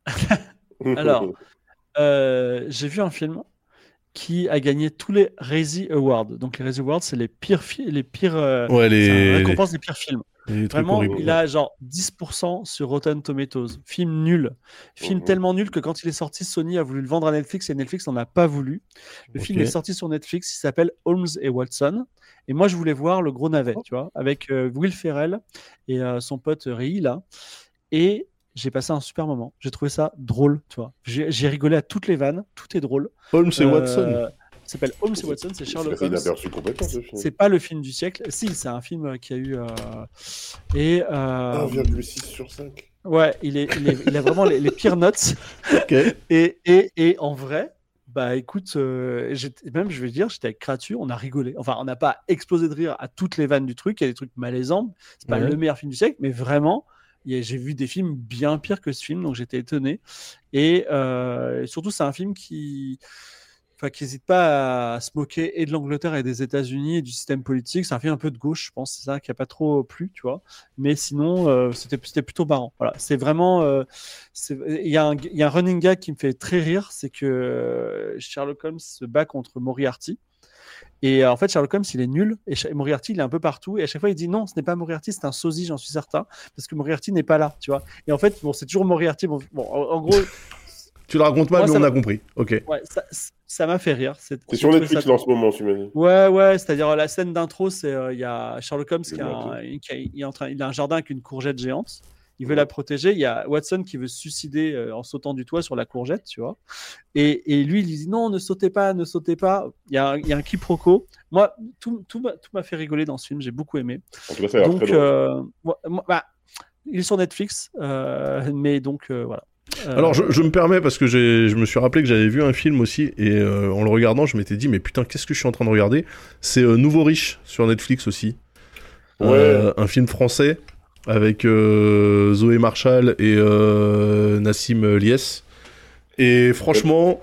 S2: Alors, euh, j'ai vu un film qui a gagné tous les Razzie Awards. Donc les Razzie Awards, c'est les pires, fi- les pires, euh,
S1: Ouais,
S2: c'est
S1: les,
S2: une
S1: les,
S2: récompense des pires films.
S1: les trucs
S2: Vraiment,
S1: horribles.
S2: il
S1: ouais.
S2: a genre dix pour cent sur Rotten Tomatoes. Film nul. Film
S3: Mhm.
S2: tellement nul que quand il est sorti, Sony a voulu le vendre à Netflix et Netflix n'en a pas voulu. Le
S1: Ok.
S2: film est sorti sur Netflix, il s'appelle Holmes et Watson. Et moi, je voulais voir le gros navet, tu vois, avec euh, Will Ferrell et euh, son pote Ray, là. Et j'ai passé un super moment. J'ai trouvé ça drôle, tu vois. J'ai j'ai rigolé à toutes les vannes, tout est drôle.
S1: Holmes et
S2: Euh,
S1: Watson.
S2: Ça s'appelle Holmes et Watson, c'est
S3: C'est
S2: Sherlock
S3: passé
S2: Holmes.
S3: inaperçu complètement, ce film.
S2: C'est pas le film du siècle. Si, c'est un film qui a eu. euh, Et. euh,
S3: un virgule six sur cinq.
S2: Ouais, il, est, il, est, il a vraiment les, les pires notes.
S1: Ok.
S2: Et, et, et en vrai, bah écoute, euh, j'étais- même je vais dire, j'étais avec Créature, on a rigolé. Enfin, on n'a pas explosé de rire à toutes les vannes du truc. Il y a des trucs malaisants. C'est pas
S1: Ouais.
S2: le meilleur film du siècle, mais vraiment, il y a- j'ai vu des films bien pires que ce film, donc j'étais étonné. Et euh, surtout, c'est un film qui. Enfin, qui n'hésite pas à se moquer et de l'Angleterre et des États-Unis et du système politique. C'est un film un peu de gauche, je pense. C'est ça qui a pas trop plu, tu vois. Mais sinon, euh, c'était c'était plutôt marrant. Voilà, c'est vraiment. euh, c'est- Il y, a un- il y a un running gag qui me fait très rire, c'est que euh, Sherlock Holmes se bat contre Moriarty. Et euh, en fait, Sherlock Holmes, il est nul. Et Ch- Moriarty, il est un peu partout. Et à chaque fois, il dit non, ce n'est pas Moriarty, c'est un sosie, j'en suis certain. Parce que Moriarty n'est pas là, tu vois. Et en fait, bon, c'est toujours Moriarty. Bon, bon, en, en gros,
S1: Tu le racontes mal,
S2: Moi,
S1: mais
S2: ça
S1: on
S2: va-
S1: a compris. Ok.
S2: ouais, ça ça m'a fait rire. C'est
S3: C'est
S2: j'ai
S3: sur
S2: trouvé
S3: Netflix
S2: ça-
S3: là, en ce moment, tu m'as dit.
S2: Ouais, ouais, c'est-à-dire euh, la scène d'intro, c'est euh, il y a Sherlock Holmes
S3: Le
S2: qui a, un,
S3: matin.
S2: qui a- il est en train, il a un jardin avec une courgette géante. Il veut
S3: Ouais.
S2: la protéger. Il y a Watson qui veut se suicider euh, en sautant du toit sur la courgette, tu vois. Et, et lui, il lui dit non, ne sautez pas, ne sautez pas. Il y a, un- il y a un quiproquo. Moi, tout, tout m'a tout m'a fait rigoler dans ce film. J'ai beaucoup aimé.
S3: En tout cas, ça a l'air
S2: Donc,
S3: très drôle.
S2: euh, moi- moi- bah, il est sur Netflix, euh, mais donc euh, voilà. Euh,
S1: Alors, je, je me permets, parce que j'ai- je me suis rappelé que j'avais vu un film aussi, et euh, en le regardant, je m'étais dit, mais putain, qu'est-ce que je suis en train de regarder? C'est euh, Nouveau Riche sur Netflix aussi. Euh, un film français avec euh, Zoé Marshall et euh, Nassim Lies. Et franchement,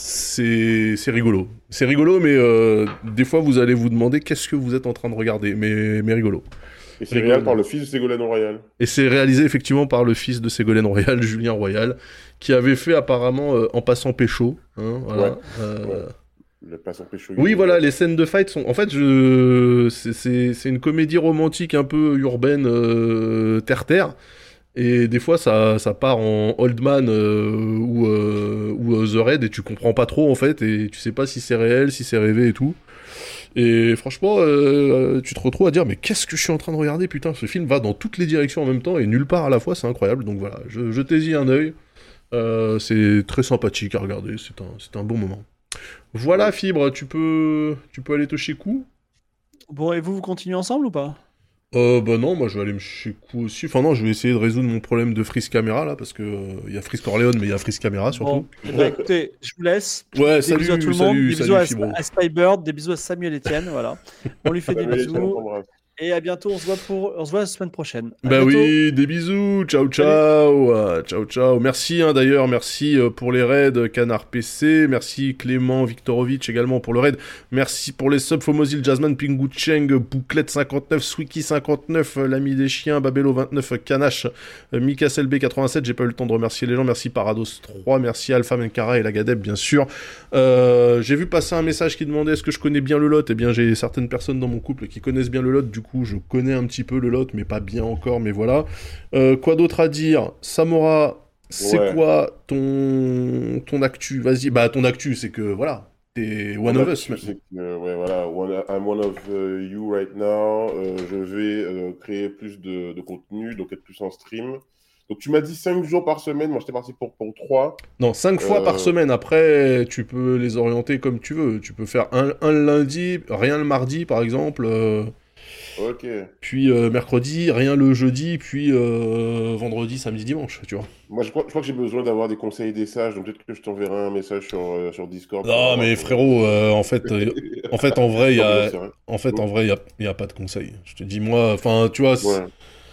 S1: c'est c'est rigolo. C'est rigolo, mais euh, des fois, vous allez vous demander qu'est-ce que vous êtes en train de regarder, mais, mais rigolo.
S3: Et c'est
S1: rigolo.
S3: réalisé par le fils de Ségolène Royal.
S1: Et c'est réalisé effectivement par le fils de Ségolène Royal, Julien Royal, qui avait fait apparemment euh, En passant pécho. Hein, voilà.
S3: Ouais,
S1: Euh,
S3: ouais. Le passant pécho.
S1: Oui, voilà, les scènes de fight sont. En fait, je... c'est- c'est c'est une comédie romantique un peu urbaine, euh, terre-terre. Et des fois, ça, ça part en Old Man euh, ou, euh, ou euh, The Raid, et tu comprends pas trop en fait, et tu sais pas si c'est réel, si c'est rêvé et tout. Et franchement, euh, tu te retrouves à dire, mais qu'est-ce que je suis en train de regarder, putain, ce film va dans toutes les directions en même temps et nulle part à la fois, c'est incroyable. Donc voilà, je, jetez-y un œil. Euh, c'est très sympathique à regarder, c'est un, c'est un bon moment. Voilà, Fibre, tu peux, tu peux aller te chez Coup.
S2: Bon, et vous, vous continuez ensemble ou pas?
S1: Euh, bah non, moi je vais aller me chez Coup aussi. Enfin non, je vais essayer de résoudre mon problème de Freeze Caméra là, parce que euh, il y a Freeze Corleone, mais il y a Freeze Caméra surtout.
S2: Bon, eh ben, écoutez, je vous laisse.
S1: Ouais,
S2: Des
S1: salut,
S2: bisous à tout le
S1: salut,
S2: monde, des
S1: salut,
S2: bisous à,
S1: Fibro.
S2: à Spybird, des bisous à Samuel Etienne, voilà. On lui fait des
S3: Samuel Etienne,
S2: bisous.
S3: on t'embrasse.
S2: Et à bientôt. On se voit pour, on se voit la semaine prochaine. À
S1: Bah
S2: bientôt.
S1: oui, des bisous, ciao ciao, euh, ciao ciao. Merci hein, d'ailleurs, merci euh, pour les raids Canard P C, merci Clément Viktorovic également pour le raid, merci pour les subs Fomozil, Jasmine, Pingu Cheng, Bouclette cinquante-neuf, Swiki cinquante-neuf, euh, l'ami des chiens, Babelo vingt-neuf, Kanache, euh, Mika S L B quatre-vingt-sept, j'ai pas eu le temps de remercier les gens, merci Parados trois, merci Alpha Menkara et la Gadeb bien sûr. Euh, j'ai vu passer un message qui demandait est-ce que je connais bien le lot, et eh bien j'ai certaines personnes dans mon couple qui connaissent bien le lot, du coup je connais un petit peu le lot, mais pas bien encore, mais voilà. Euh, quoi d'autre à dire? Samora, c'est
S3: Ouais.
S1: quoi ton, ton actu? Vas-y, bah ton actu, c'est que voilà, t'es one
S3: Mon
S1: of us
S3: actu,
S1: maintenant.
S3: c'est que, euh, ouais, voilà, one- I'm one of uh, you right now. Euh, je vais euh, créer plus de, de contenu, donc être plus en stream. Donc tu m'as dit cinq jours par semaine, moi j'étais parti pour, pour trois.
S1: Non, cinq fois par
S3: Euh,
S1: semaine, après tu peux les orienter comme tu veux. Tu peux faire un, un le lundi, rien le mardi par exemple, euh,
S3: Ok.
S1: puis euh, mercredi, rien le jeudi, puis euh, vendredi, samedi, dimanche, tu vois.
S3: Moi je crois, je crois que j'ai besoin d'avoir des conseils des sages, donc peut-être que je t'enverrai un message sur, euh, sur Discord pour
S1: Non,
S3: avoir
S1: mais
S3: ton-
S1: frérot, euh, en fait, euh, en fait, en vrai, il y
S3: Non, mais j'en
S1: a,
S3: sais rien.
S1: en fait, en vrai, il y a, il y a pas de conseil. Je te dis, moi, enfin, tu vois, c'est-
S3: Ouais.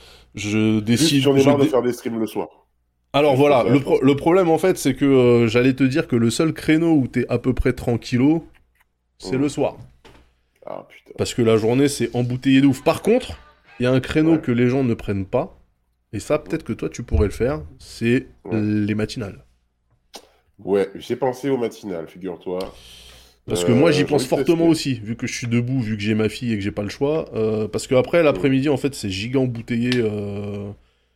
S1: je
S3: Juste,
S1: décide.
S3: j'en ai
S1: je
S3: marre de
S1: dé-
S3: faire des streams le soir.
S1: Alors
S3: Juste pour
S1: voilà,
S3: ça,
S1: le,
S3: je
S1: pro-
S3: pense.
S1: le problème en fait, c'est que euh, j'allais te dire que le seul créneau où t'es à peu près tranquillo, c'est
S3: Mm.
S1: le soir.
S3: Ah putain.
S1: Parce que la journée, c'est embouteillé de ouf. Par contre, il y a un créneau
S3: Ouais.
S1: que les gens ne prennent pas, et ça,
S3: Mhm.
S1: peut-être que toi, tu pourrais le faire, c'est
S3: Ouais.
S1: les matinales.
S3: Ouais, j'ai pensé au matinal, figure-toi.
S1: Parce que moi,
S3: Euh,
S1: j'y
S3: j'ai
S1: pense
S3: envie de
S1: fortement
S3: tester.
S1: aussi, vu que je suis debout, vu que j'ai ma fille et que j'ai pas le choix. euh, parce que après, l'après-midi, en fait, c'est giga embouteillé. euh,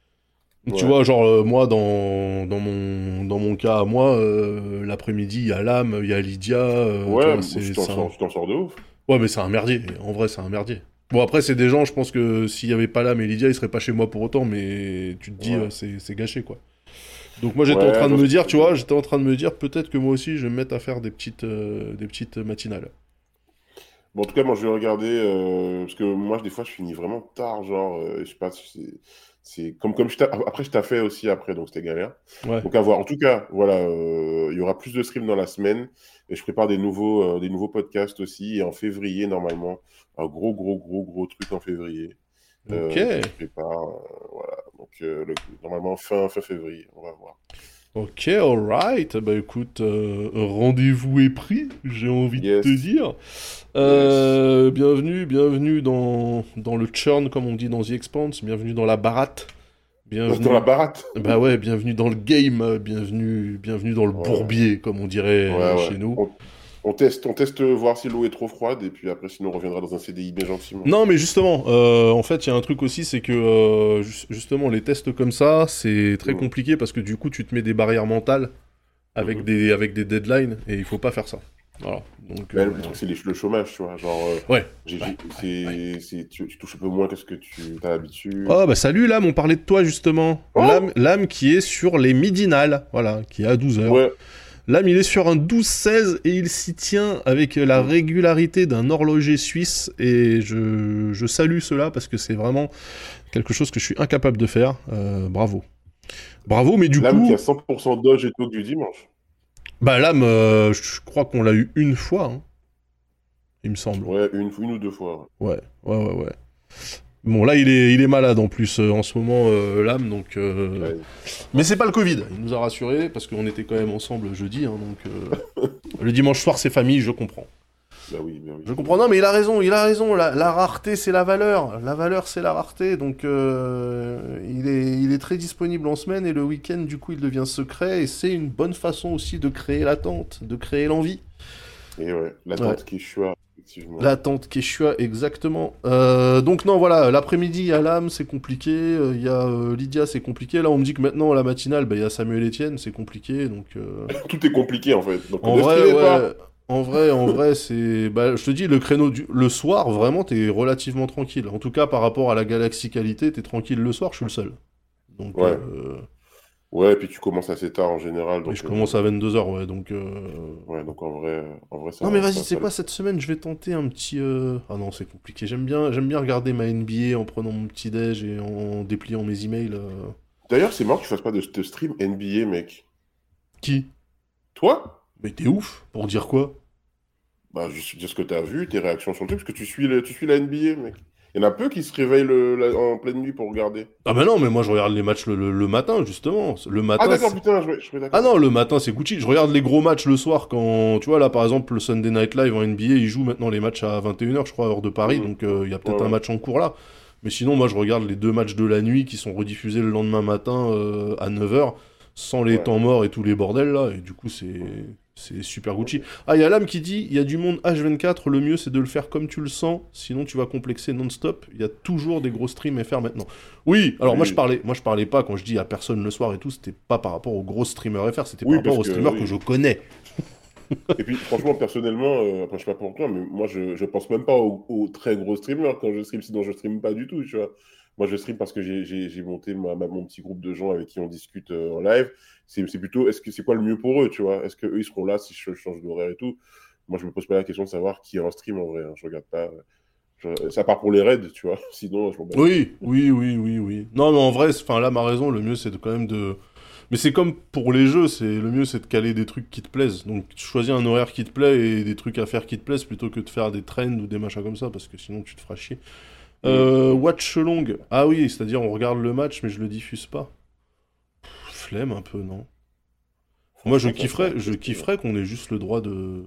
S1: Tu
S3: Ouais.
S1: vois, genre, euh, moi, dans, dans, mon, dans mon cas, moi, euh, l'après-midi, il y a Lame, il y a Lydia, euh, tu
S3: Ouais,
S1: vois,
S3: mais
S1: c'est
S3: tu t'en
S1: c'est un...
S3: sors, tu t'en sors de ouf.
S1: Ouais, mais c'est un merdier, en vrai, c'est un merdier. Bon, après, c'est des gens, je pense que s'il y avait pas Lame et Lydia, ils seraient pas chez moi pour autant, mais tu te dis,
S3: Ouais.
S1: euh, c'est c'est gâché, quoi. Donc moi, j'étais en
S3: Ouais,
S1: train
S3: je
S1: de
S3: vois
S1: me
S3: ce que
S1: dire,
S3: tu
S1: tu
S3: veux
S1: vois,
S3: dire.
S1: j'étais en train de me dire, peut-être que moi aussi, je vais me mettre à faire des petites, euh, des petites matinales.
S3: Bon, en tout cas, moi, je vais regarder, euh, parce que moi, des fois, je finis vraiment tard, genre, euh, je sais pas, c'est... c'est comme, comme je t'a- après, je t'ai fait aussi après, donc c'était galère.
S1: Ouais.
S3: Donc, à voir. En tout cas, voilà, euh, il y aura plus de streams dans la semaine, et je prépare des nouveaux, euh, des nouveaux podcasts aussi, et en février, normalement, un gros, gros, gros, gros truc en février,
S1: Ok.
S3: euh, que je prépare, euh, voilà. Donc, euh, le- normalement, fin, fin février, on va voir.
S1: Ok, alright. Bah écoute, euh, rendez-vous est pris, j'ai envie de te
S3: Yes,
S1: dire. Euh, bienvenue, bienvenue dans, dans le churn, comme on dit dans The Expanse. Bienvenue dans la baratte.
S3: dans la
S1: Bienvenue.
S3: baratte.
S1: Bah ouais, bienvenue dans le game. euh, Bienvenue, bienvenue dans le
S3: Ouais,
S1: bourbier, comme on dirait
S3: ouais,
S1: euh,
S3: ouais.
S1: chez nous.
S3: On, on teste, on teste voir si l'eau est trop froide, et puis après, sinon, on reviendra dans un C D I bien gentiment.
S1: Non, mais justement, euh, en fait, il y a un truc aussi, c'est que euh, ju- justement, les tests comme ça, c'est très
S3: Mhm.
S1: compliqué parce que du coup, tu te mets des barrières mentales avec,
S3: Mhm.
S1: des, avec des deadlines et il faut pas faire ça. Voilà. Donc,
S3: Mais
S1: euh,
S3: le truc, c'est les- le chômage, tu vois. Genre, euh,
S1: ouais.
S3: j'ai,
S1: Ouais,
S3: j'ai-
S1: ouais,
S3: c'est, c'est- tu, tu touches un peu moins que ce que tu as l'habitude.
S1: Oh, bah salut, Lame, on parlait de toi justement.
S3: Oh
S1: Lame, Lame qui est sur les midinales, voilà, qui est à douze heures.
S3: Ouais,
S1: Lame, il est sur un douze seize et il s'y tient avec la
S3: Mm.
S1: régularité d'un horloger suisse. Et je, je salue cela parce que c'est vraiment quelque chose que je suis incapable de faire. Euh, bravo. Bravo, mais du
S3: l'âme qui
S1: coup,
S3: a cent pour cent dodge et tout du dimanche.
S1: bah Lame, euh, je crois qu'on l'a eu une fois, hein, il me semble.
S3: Ouais, une, une ou deux fois.
S1: Ouais, ouais, ouais, ouais. Bon, là, il est, il est malade en plus euh, en ce moment, euh, Lame, donc. euh,
S3: Ouais.
S1: Mais c'est pas le Covid, il nous a rassurés parce qu'on était quand même ensemble jeudi, hein, donc. euh, Le dimanche soir, c'est famille, je comprends.
S3: Bah oui, bah oui.
S1: Je comprends, non, mais il a raison, il a raison. La, la rareté, c'est la valeur. La valeur, c'est la rareté. Donc, euh, il, est, il est très disponible en semaine et le week-end, du coup, il devient secret. Et c'est une bonne façon aussi de créer l'attente, de créer l'envie.
S3: Et ouais, l'attente qui est chouette, effectivement.
S1: L'attente Quechua, exactement. Euh, donc, non, voilà, l'après-midi, il y a Lame, c'est compliqué. euh, Il y a euh, Lydia, c'est compliqué. Là, on me dit que maintenant, la matinale, bah, il y a Samuel Etienne, c'est compliqué. Donc. euh,
S3: Tout est compliqué, en fait. Donc,
S1: En
S3: ne
S1: vrai,
S3: streamez
S1: ouais.
S3: pas.
S1: En vrai, en vrai, c'est. Bah, je te dis, le créneau du. Le soir, vraiment, t'es relativement tranquille. En tout cas, par rapport à la galaxicalité, t'es tranquille le soir, je suis le seul. Donc.
S3: Ouais.
S1: euh,
S3: Ouais, et puis tu commences assez tard en général.
S1: Et
S3: Donc,
S1: je commence
S3: euh,
S1: à vingt-deux heures, ouais. Donc. euh,
S3: Ouais, donc en vrai, en vrai ça
S1: Non, mais
S3: ça-
S1: vas-y,
S3: ça
S1: c'est
S3: le
S1: quoi
S3: fait.
S1: cette semaine? Je vais tenter un petit. euh, Ah non, c'est compliqué. J'aime bien, j'aime bien regarder ma N B A en prenant mon petit déj et en dépliant mes emails. euh.
S3: D'ailleurs, c'est marrant que tu fasses pas de, de stream N B A, mec.
S1: Qui?
S3: Toi?
S1: Mais t'es ouf? Pour dire quoi?
S3: Bah, juste dire ce que t'as vu, tes réactions sur le truc, parce que tu suis, le, tu suis la N B A, mec. Il y en a peu qui se réveillent le, la- en pleine nuit pour regarder.
S1: Ah bah non, mais moi je regarde les matchs le, le- le matin, justement. Le matin,
S3: Ah d'accord,
S1: c'est-
S3: putain, je, je suis d'accord.
S1: Ah non, le matin c'est Gucci. Je regarde les gros matchs le soir quand, tu vois, là par exemple, le Sunday Night Live en N B A, ils jouent maintenant les matchs à vingt et une heures, je crois, heure de Paris,
S3: Mhm.
S1: donc euh, il y a peut-être
S3: Ouais,
S1: un
S3: ouais.
S1: match en cours là. Mais sinon, moi je regarde les deux matchs de la nuit qui sont rediffusés le lendemain matin euh, à neuf heures, sans les
S3: Ouais.
S1: temps morts et tous les bordels là, et du coup c'est c'est super Gucci. Ah, il y a Lame qui dit, il y a du monde H vingt-quatre, le mieux c'est de le faire comme tu le sens, sinon tu vas complexer non-stop, il y a toujours des gros streams F R maintenant. Oui, alors moi
S3: Oui.
S1: je parlais, moi je parlais pas, quand je dis à personne le soir et tout, c'était pas par rapport aux gros streamers F R, c'était
S3: Oui,
S1: par rapport aux
S3: parce que,
S1: streamers
S3: oui.
S1: que je connais.
S3: Et puis, franchement, personnellement, euh, après, je sais pas pour toi, mais moi, je, je pense même pas aux, aux très gros streamers quand je stream, sinon je stream pas du tout, tu vois. Moi, je stream parce que j'ai- j'ai j'ai monté ma, ma- mon petit groupe de gens avec qui on discute euh, en live. C'est c'est plutôt, est-ce que c'est quoi le mieux pour eux, tu vois? Est-ce qu'eux, ils seront là si je change d'horaire et tout? Moi, je me pose pas la question de savoir qui est en stream en vrai, hein. Je regarde pas. Je- ça part pour les raids, tu vois. Sinon, je m'en bats.
S1: Oui, oui, oui, oui, oui. Non, mais en vrai, enfin là, ma raison, le mieux c'est de quand même de. Mais c'est comme pour les jeux, c'est le mieux c'est de caler des trucs qui te plaisent. Donc choisis un horaire qui te plaît et des trucs à faire qui te plaisent plutôt que de faire des trends ou des machins comme ça parce que sinon tu te feras chier. Euh, watch long. Ah oui, c'est-à-dire on regarde le match mais je le diffuse pas. Pff, flemme un peu, non? Moi je
S3: Franchement, ça,
S1: kifferais,
S3: ça-
S1: je kifferais qu'on ait juste le droit de.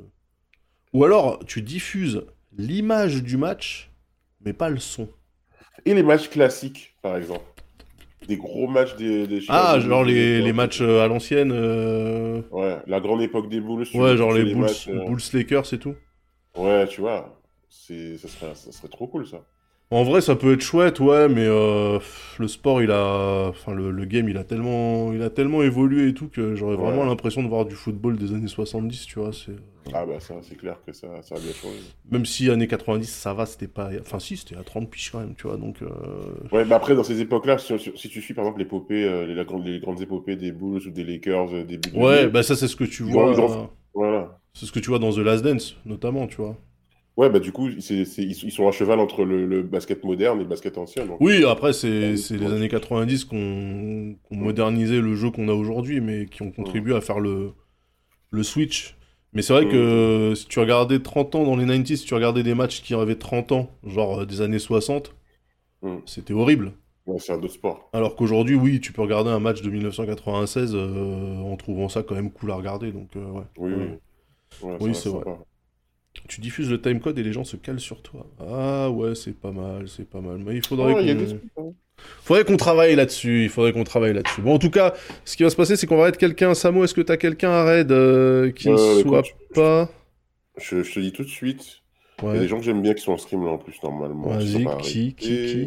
S1: Ou alors tu diffuses l'image du match mais pas le son.
S3: Et les matchs classiques, par exemple. Des gros matchs des, des
S1: Ah,
S3: Chicago
S1: genre
S3: Bulls,
S1: les,
S3: des-
S1: les matchs euh, à l'ancienne. euh,
S3: Ouais, la grande époque des Bulls. tu
S1: Ouais,
S3: veux
S1: genre
S3: tous
S1: les
S3: les
S1: Bulls,
S3: matchs, euh,
S1: Bulls Lakers et tout.
S3: Ouais, tu vois, c'est, ça serait, ça serait trop cool, ça.
S1: En vrai, ça peut être chouette, ouais, mais euh, pff, le sport, il a, enfin le, le game, il a tellement, il a tellement évolué et tout que j'aurais vraiment
S3: Ouais.
S1: l'impression de voir du football des années soixante-dix, tu vois. C'est
S3: Ah bah ça, c'est clair que ça, ça a bien changé.
S1: même si années quatre-vingt-dix, ça va, c'était pas, enfin si, c'était à trente piges quand même, tu vois. Donc euh,
S3: Ouais, bah après, dans ces époques-là, si, si- si tu suis par exemple l'épopée, euh, les, la grande- les grandes épopées des Bulls ou des Lakers euh, début
S1: ouais,
S3: deux mille,
S1: bah ça c'est ce que tu
S3: ils
S1: vois,
S3: ont- ils ont-
S1: euh,
S3: voilà.
S1: c'est ce que tu vois dans The Last Dance, notamment, tu vois.
S3: Ouais, bah du coup, c'est, c'est- ils, ils sont à cheval entre le, le basket moderne et le basket ancien. Donc,
S1: Oui,
S3: euh,
S1: après, c'est
S3: ouais,
S1: c'est les
S3: ouais.
S1: années quatre-vingt-dix qu'on qu'on
S3: Mm.
S1: modernisé le jeu qu'on a aujourd'hui, mais qui ont contribué à faire le, le switch. Mais c'est vrai
S3: Mm.
S1: que si tu regardais trente ans dans les quatre-vingt-dix, si tu regardais des matchs qui avaient trente ans, genre euh, des années soixante,
S3: Mm.
S1: c'était horrible.
S3: Ouais, c'est un autre sport.
S1: Alors qu'aujourd'hui, oui, tu peux regarder un match de mille neuf cent quatre-vingt-seize euh, en trouvant ça quand même cool à regarder. Donc, euh, ouais.
S3: Oui,
S1: Ouais.
S3: oui. Ouais,
S1: Oui,
S3: ça
S1: c'est
S3: reste
S1: vrai.
S3: sympa.
S1: Tu diffuses le timecode et les gens se calent sur toi. Ah ouais, c'est pas mal, c'est pas mal. Mais il faudrait
S3: Oh, il y a
S1: qu'on...
S3: des trucs, hein.
S1: Faudrait qu'on travaille là-dessus, il faudrait qu'on travaille là-dessus. Bon, en tout cas, ce qui va se passer, c'est qu'on va raid quelqu'un. Samo, est-ce que t'as quelqu'un à raid euh, qui ne
S3: Euh,
S1: soit
S3: écoute,
S1: pas...
S3: Je, je te dis tout de suite, il y a des
S1: Ouais,
S3: gens que j'aime bien qui sont en stream là en plus, normalement. Qui sont
S1: vas-y,
S3: pas
S1: qui, qui,
S3: arrêtés.
S1: qui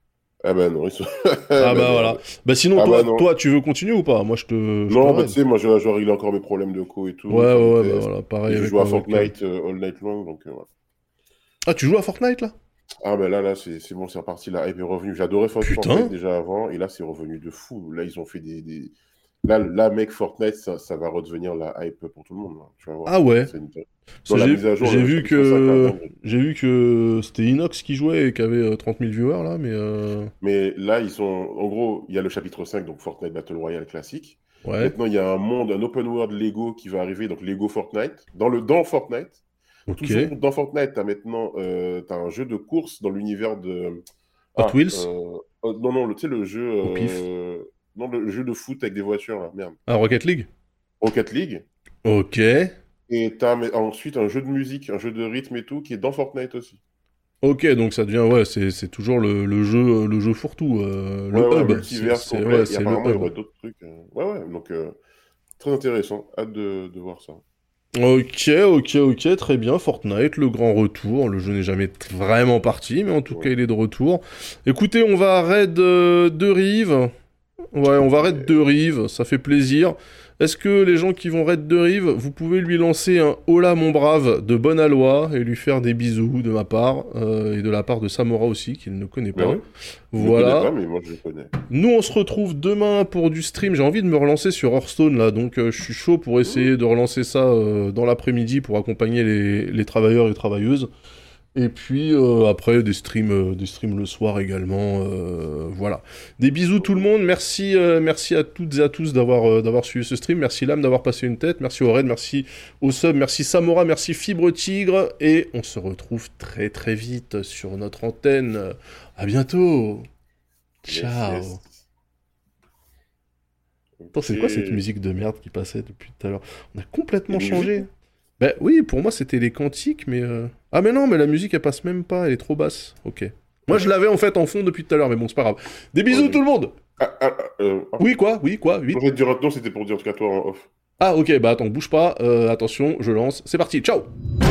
S3: Ah bah non, ils sont.
S1: Ah
S3: bah
S1: bah voilà.
S3: merde.
S1: Bah sinon,
S3: Ah
S1: toi,
S3: bah non.
S1: toi, tu veux continuer ou pas? Moi, je te, je te
S3: Non, bah
S1: raid.
S3: tu sais, moi je dois régler encore mes problèmes de co et tout,
S1: Ouais,
S3: faire
S1: ouais,
S3: des
S1: ouais, bah
S3: tests.
S1: voilà,
S3: Et
S1: pareil
S3: je
S1: avec
S3: joue à
S1: mon webcam.
S3: Fortnite euh, all night long, donc euh, voilà.
S1: Ah, tu joues à Fortnite, là?
S3: Ah bah là, là, c'est c'est bon, c'est reparti, la hype est revenue. J'adorais Fort-
S1: Putain.
S3: Fortnite déjà avant, et là c'est revenu de fou. Là, ils ont fait des... des... Là, là, mec, Fortnite, ça, ça va redevenir la hype pour tout le monde, là. Tu vas voir.
S1: Ah ouais.
S3: C'est une- Dans
S1: Parce que
S3: la
S1: j'ai
S3: mise à jour,
S1: j'ai
S3: le
S1: vu
S3: chapitre cinq, la
S1: que
S3: dinguerie.
S1: j'ai vu que c'était Inox qui jouait et qui avait euh, trente mille viewers, là, mais... euh,
S3: Mais là, ils sont... En gros, il y a le chapitre cinq, donc Fortnite Battle Royale classique.
S1: Ouais,
S3: Maintenant, il y a un monde, un open world Lego qui va arriver, donc Lego Fortnite. Dans, le, dans Fortnite,
S1: ok.
S3: toujours dans Fortnite, tu as maintenant euh, t'as un jeu de course dans l'univers de...
S1: Hot
S3: Ah,
S1: Wheels?
S3: euh, euh, non, non, le- tu sais, le jeu...
S1: Au pif.
S3: euh, Non, le jeu de foot avec des voitures, là, merde.
S1: Ah, Rocket League?
S3: Rocket League.
S1: Ok.
S3: Et tu as ensuite un jeu de musique, un jeu de rythme et tout, qui est dans Fortnite aussi.
S1: Ok, donc ça devient, ouais, c'est c'est toujours le, le jeu, le jeu fourre-tout, euh, le
S3: Ouais, ouais,
S1: hub.
S3: multivers
S1: C'est- c'est-
S3: complet.
S1: ouais,
S3: Et
S1: c'est le
S3: apparemment, il y
S1: hub.
S3: aura d'autres trucs. euh. Ouais, ouais, donc euh, très intéressant. Hâte de, de voir ça.
S1: Ok, ok, ok, très bien. Fortnite, le grand retour. Le jeu n'est jamais t- vraiment parti, mais en tout
S3: Ouais.
S1: cas, il est de retour. Écoutez, on va raid euh, deux rives. Ouais, on va raid deux rives, ça fait plaisir. Est-ce que les gens qui vont raid deux rives, vous pouvez lui lancer un hola mon brave de bonne aloi et lui faire des bisous de ma part euh, et de la part de Samora aussi, qu'il ne connaît
S3: Mais
S1: pas.
S3: ouais, je ne
S1: Voilà.
S3: connais pas, mais moi je le connais.
S1: Nous, on se retrouve demain pour du stream. J'ai envie de me relancer sur Hearthstone, là, donc euh, je suis chaud pour essayer de relancer ça euh, dans l'après-midi pour accompagner les, les travailleurs et travailleuses. Et puis euh, après des streams, euh, des streams le soir également. Euh, voilà. Des bisous tout le monde. Merci, euh, merci à toutes et à tous d'avoir euh, d'avoir suivi ce stream. Merci Lame d'avoir passé une tête. Merci Ored, merci au sub, merci Samora, merci Fibre Tigre. Et on se retrouve très très vite sur notre antenne. À bientôt. Ciao.
S3: Yes, yes.
S1: Attends, c'est
S3: Ok.
S1: quoi cette musique de merde qui passait depuis tout à l'heure? On a complètement
S3: Une
S1: changé.
S3: musique
S1: Ben oui, pour moi c'était les cantiques, mais... euh, Ah mais non, mais la musique elle passe même pas, elle est trop basse. Ok. Moi je l'avais en fait en fond depuis tout à l'heure, mais bon, c'est pas grave. Des bisous
S3: Ouais.
S1: tout le monde.
S3: Ah, ah, ah, euh, ah.
S1: Oui, quoi? Oui, quoi? Vite.
S3: En fait, dire non, c'était pour dire en tout cas toi en off.
S1: Ah ok, bah attends, bouge pas. Euh, attention, je lance. C'est parti, ciao.